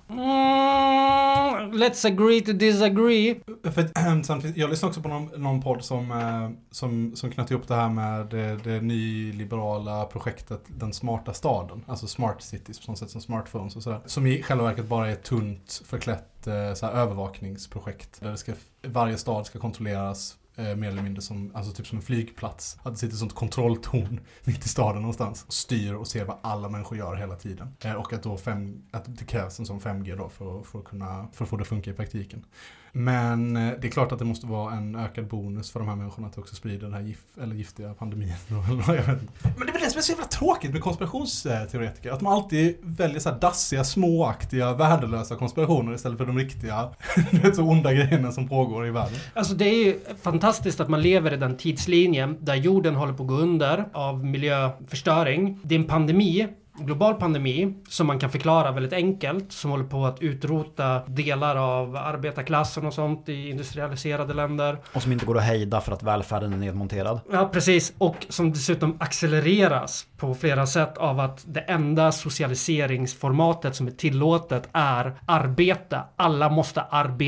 Let's agree to disagree. För jag lyssnade också på någon podd som knöt ihop det här med det nyliberala projektet Den smarta staden, alltså smart cities på sånt sätt som smartphones och sådär, som i själva verket bara är ett tunt förklätt så här övervakningsprojekt där varje stad ska kontrolleras mer eller mindre som, alltså typ som en flygplats. Att det sitter sånt kontrolltorn mitt i staden någonstans och styr och ser vad alla människor gör hela tiden. Och att det krävs en sån 5G då för att få det att funka i praktiken. Men det är klart att det måste vara en ökad bonus för de här människorna att också sprida den här giftiga pandemin. Jag vet inte. Men det är väl det som är så jävla tråkigt med konspirationsteoretiker. Att de alltid väljer så här dassiga, småaktiga, värdelösa konspirationer istället för de riktiga så onda grejerna som pågår i världen. Alltså det är ju fantastiskt att man lever i den tidslinjen där jorden håller på att gå under av miljöförstöring. Det är en pandemi, global pandemi som man kan förklara väldigt enkelt, som håller på att utrota delar av arbetarklassen och sånt i industrialiserade länder. Och som inte går att hejda för att välfärden är nedmonterad. Ja, precis. Och som dessutom accelereras på flera sätt av att det enda socialiseringsformatet som är tillåtet är arbete. Alla måste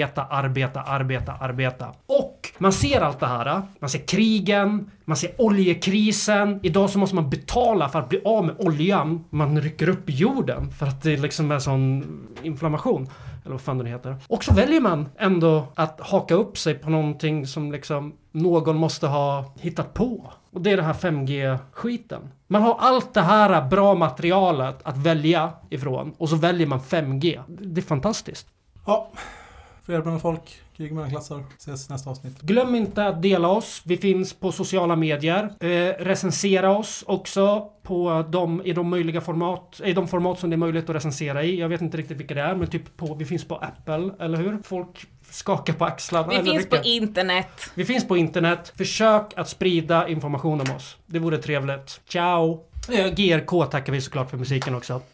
arbeta. Och man ser allt det här. Man ser krigen, man ser oljekrisen. Idag så måste man betala för att bli av med oljan. Man rycker upp jorden för att det liksom är sån inflammation. Eller vad fan det heter. Och så väljer man ändå att haka upp sig på någonting som liksom någon måste ha hittat på. Och det är det här 5G-skiten. Man har allt det här bra materialet att välja ifrån. Och så väljer man 5G. Det är fantastiskt. Ja, fler bland folk, krig mellan klasser. Ses nästa avsnitt. Glöm inte att dela oss. Vi finns på sociala medier. Recensera oss också på i de möjliga format, i de format som det är möjligt att recensera i. Jag vet inte riktigt vilka det är, men typ vi finns på Apple, eller hur? Folk skakar på axlarna. Vi finns på internet. Vi finns på internet. Försök att sprida information om oss. Det vore trevligt. Ciao! GRK tackar vi såklart för musiken också.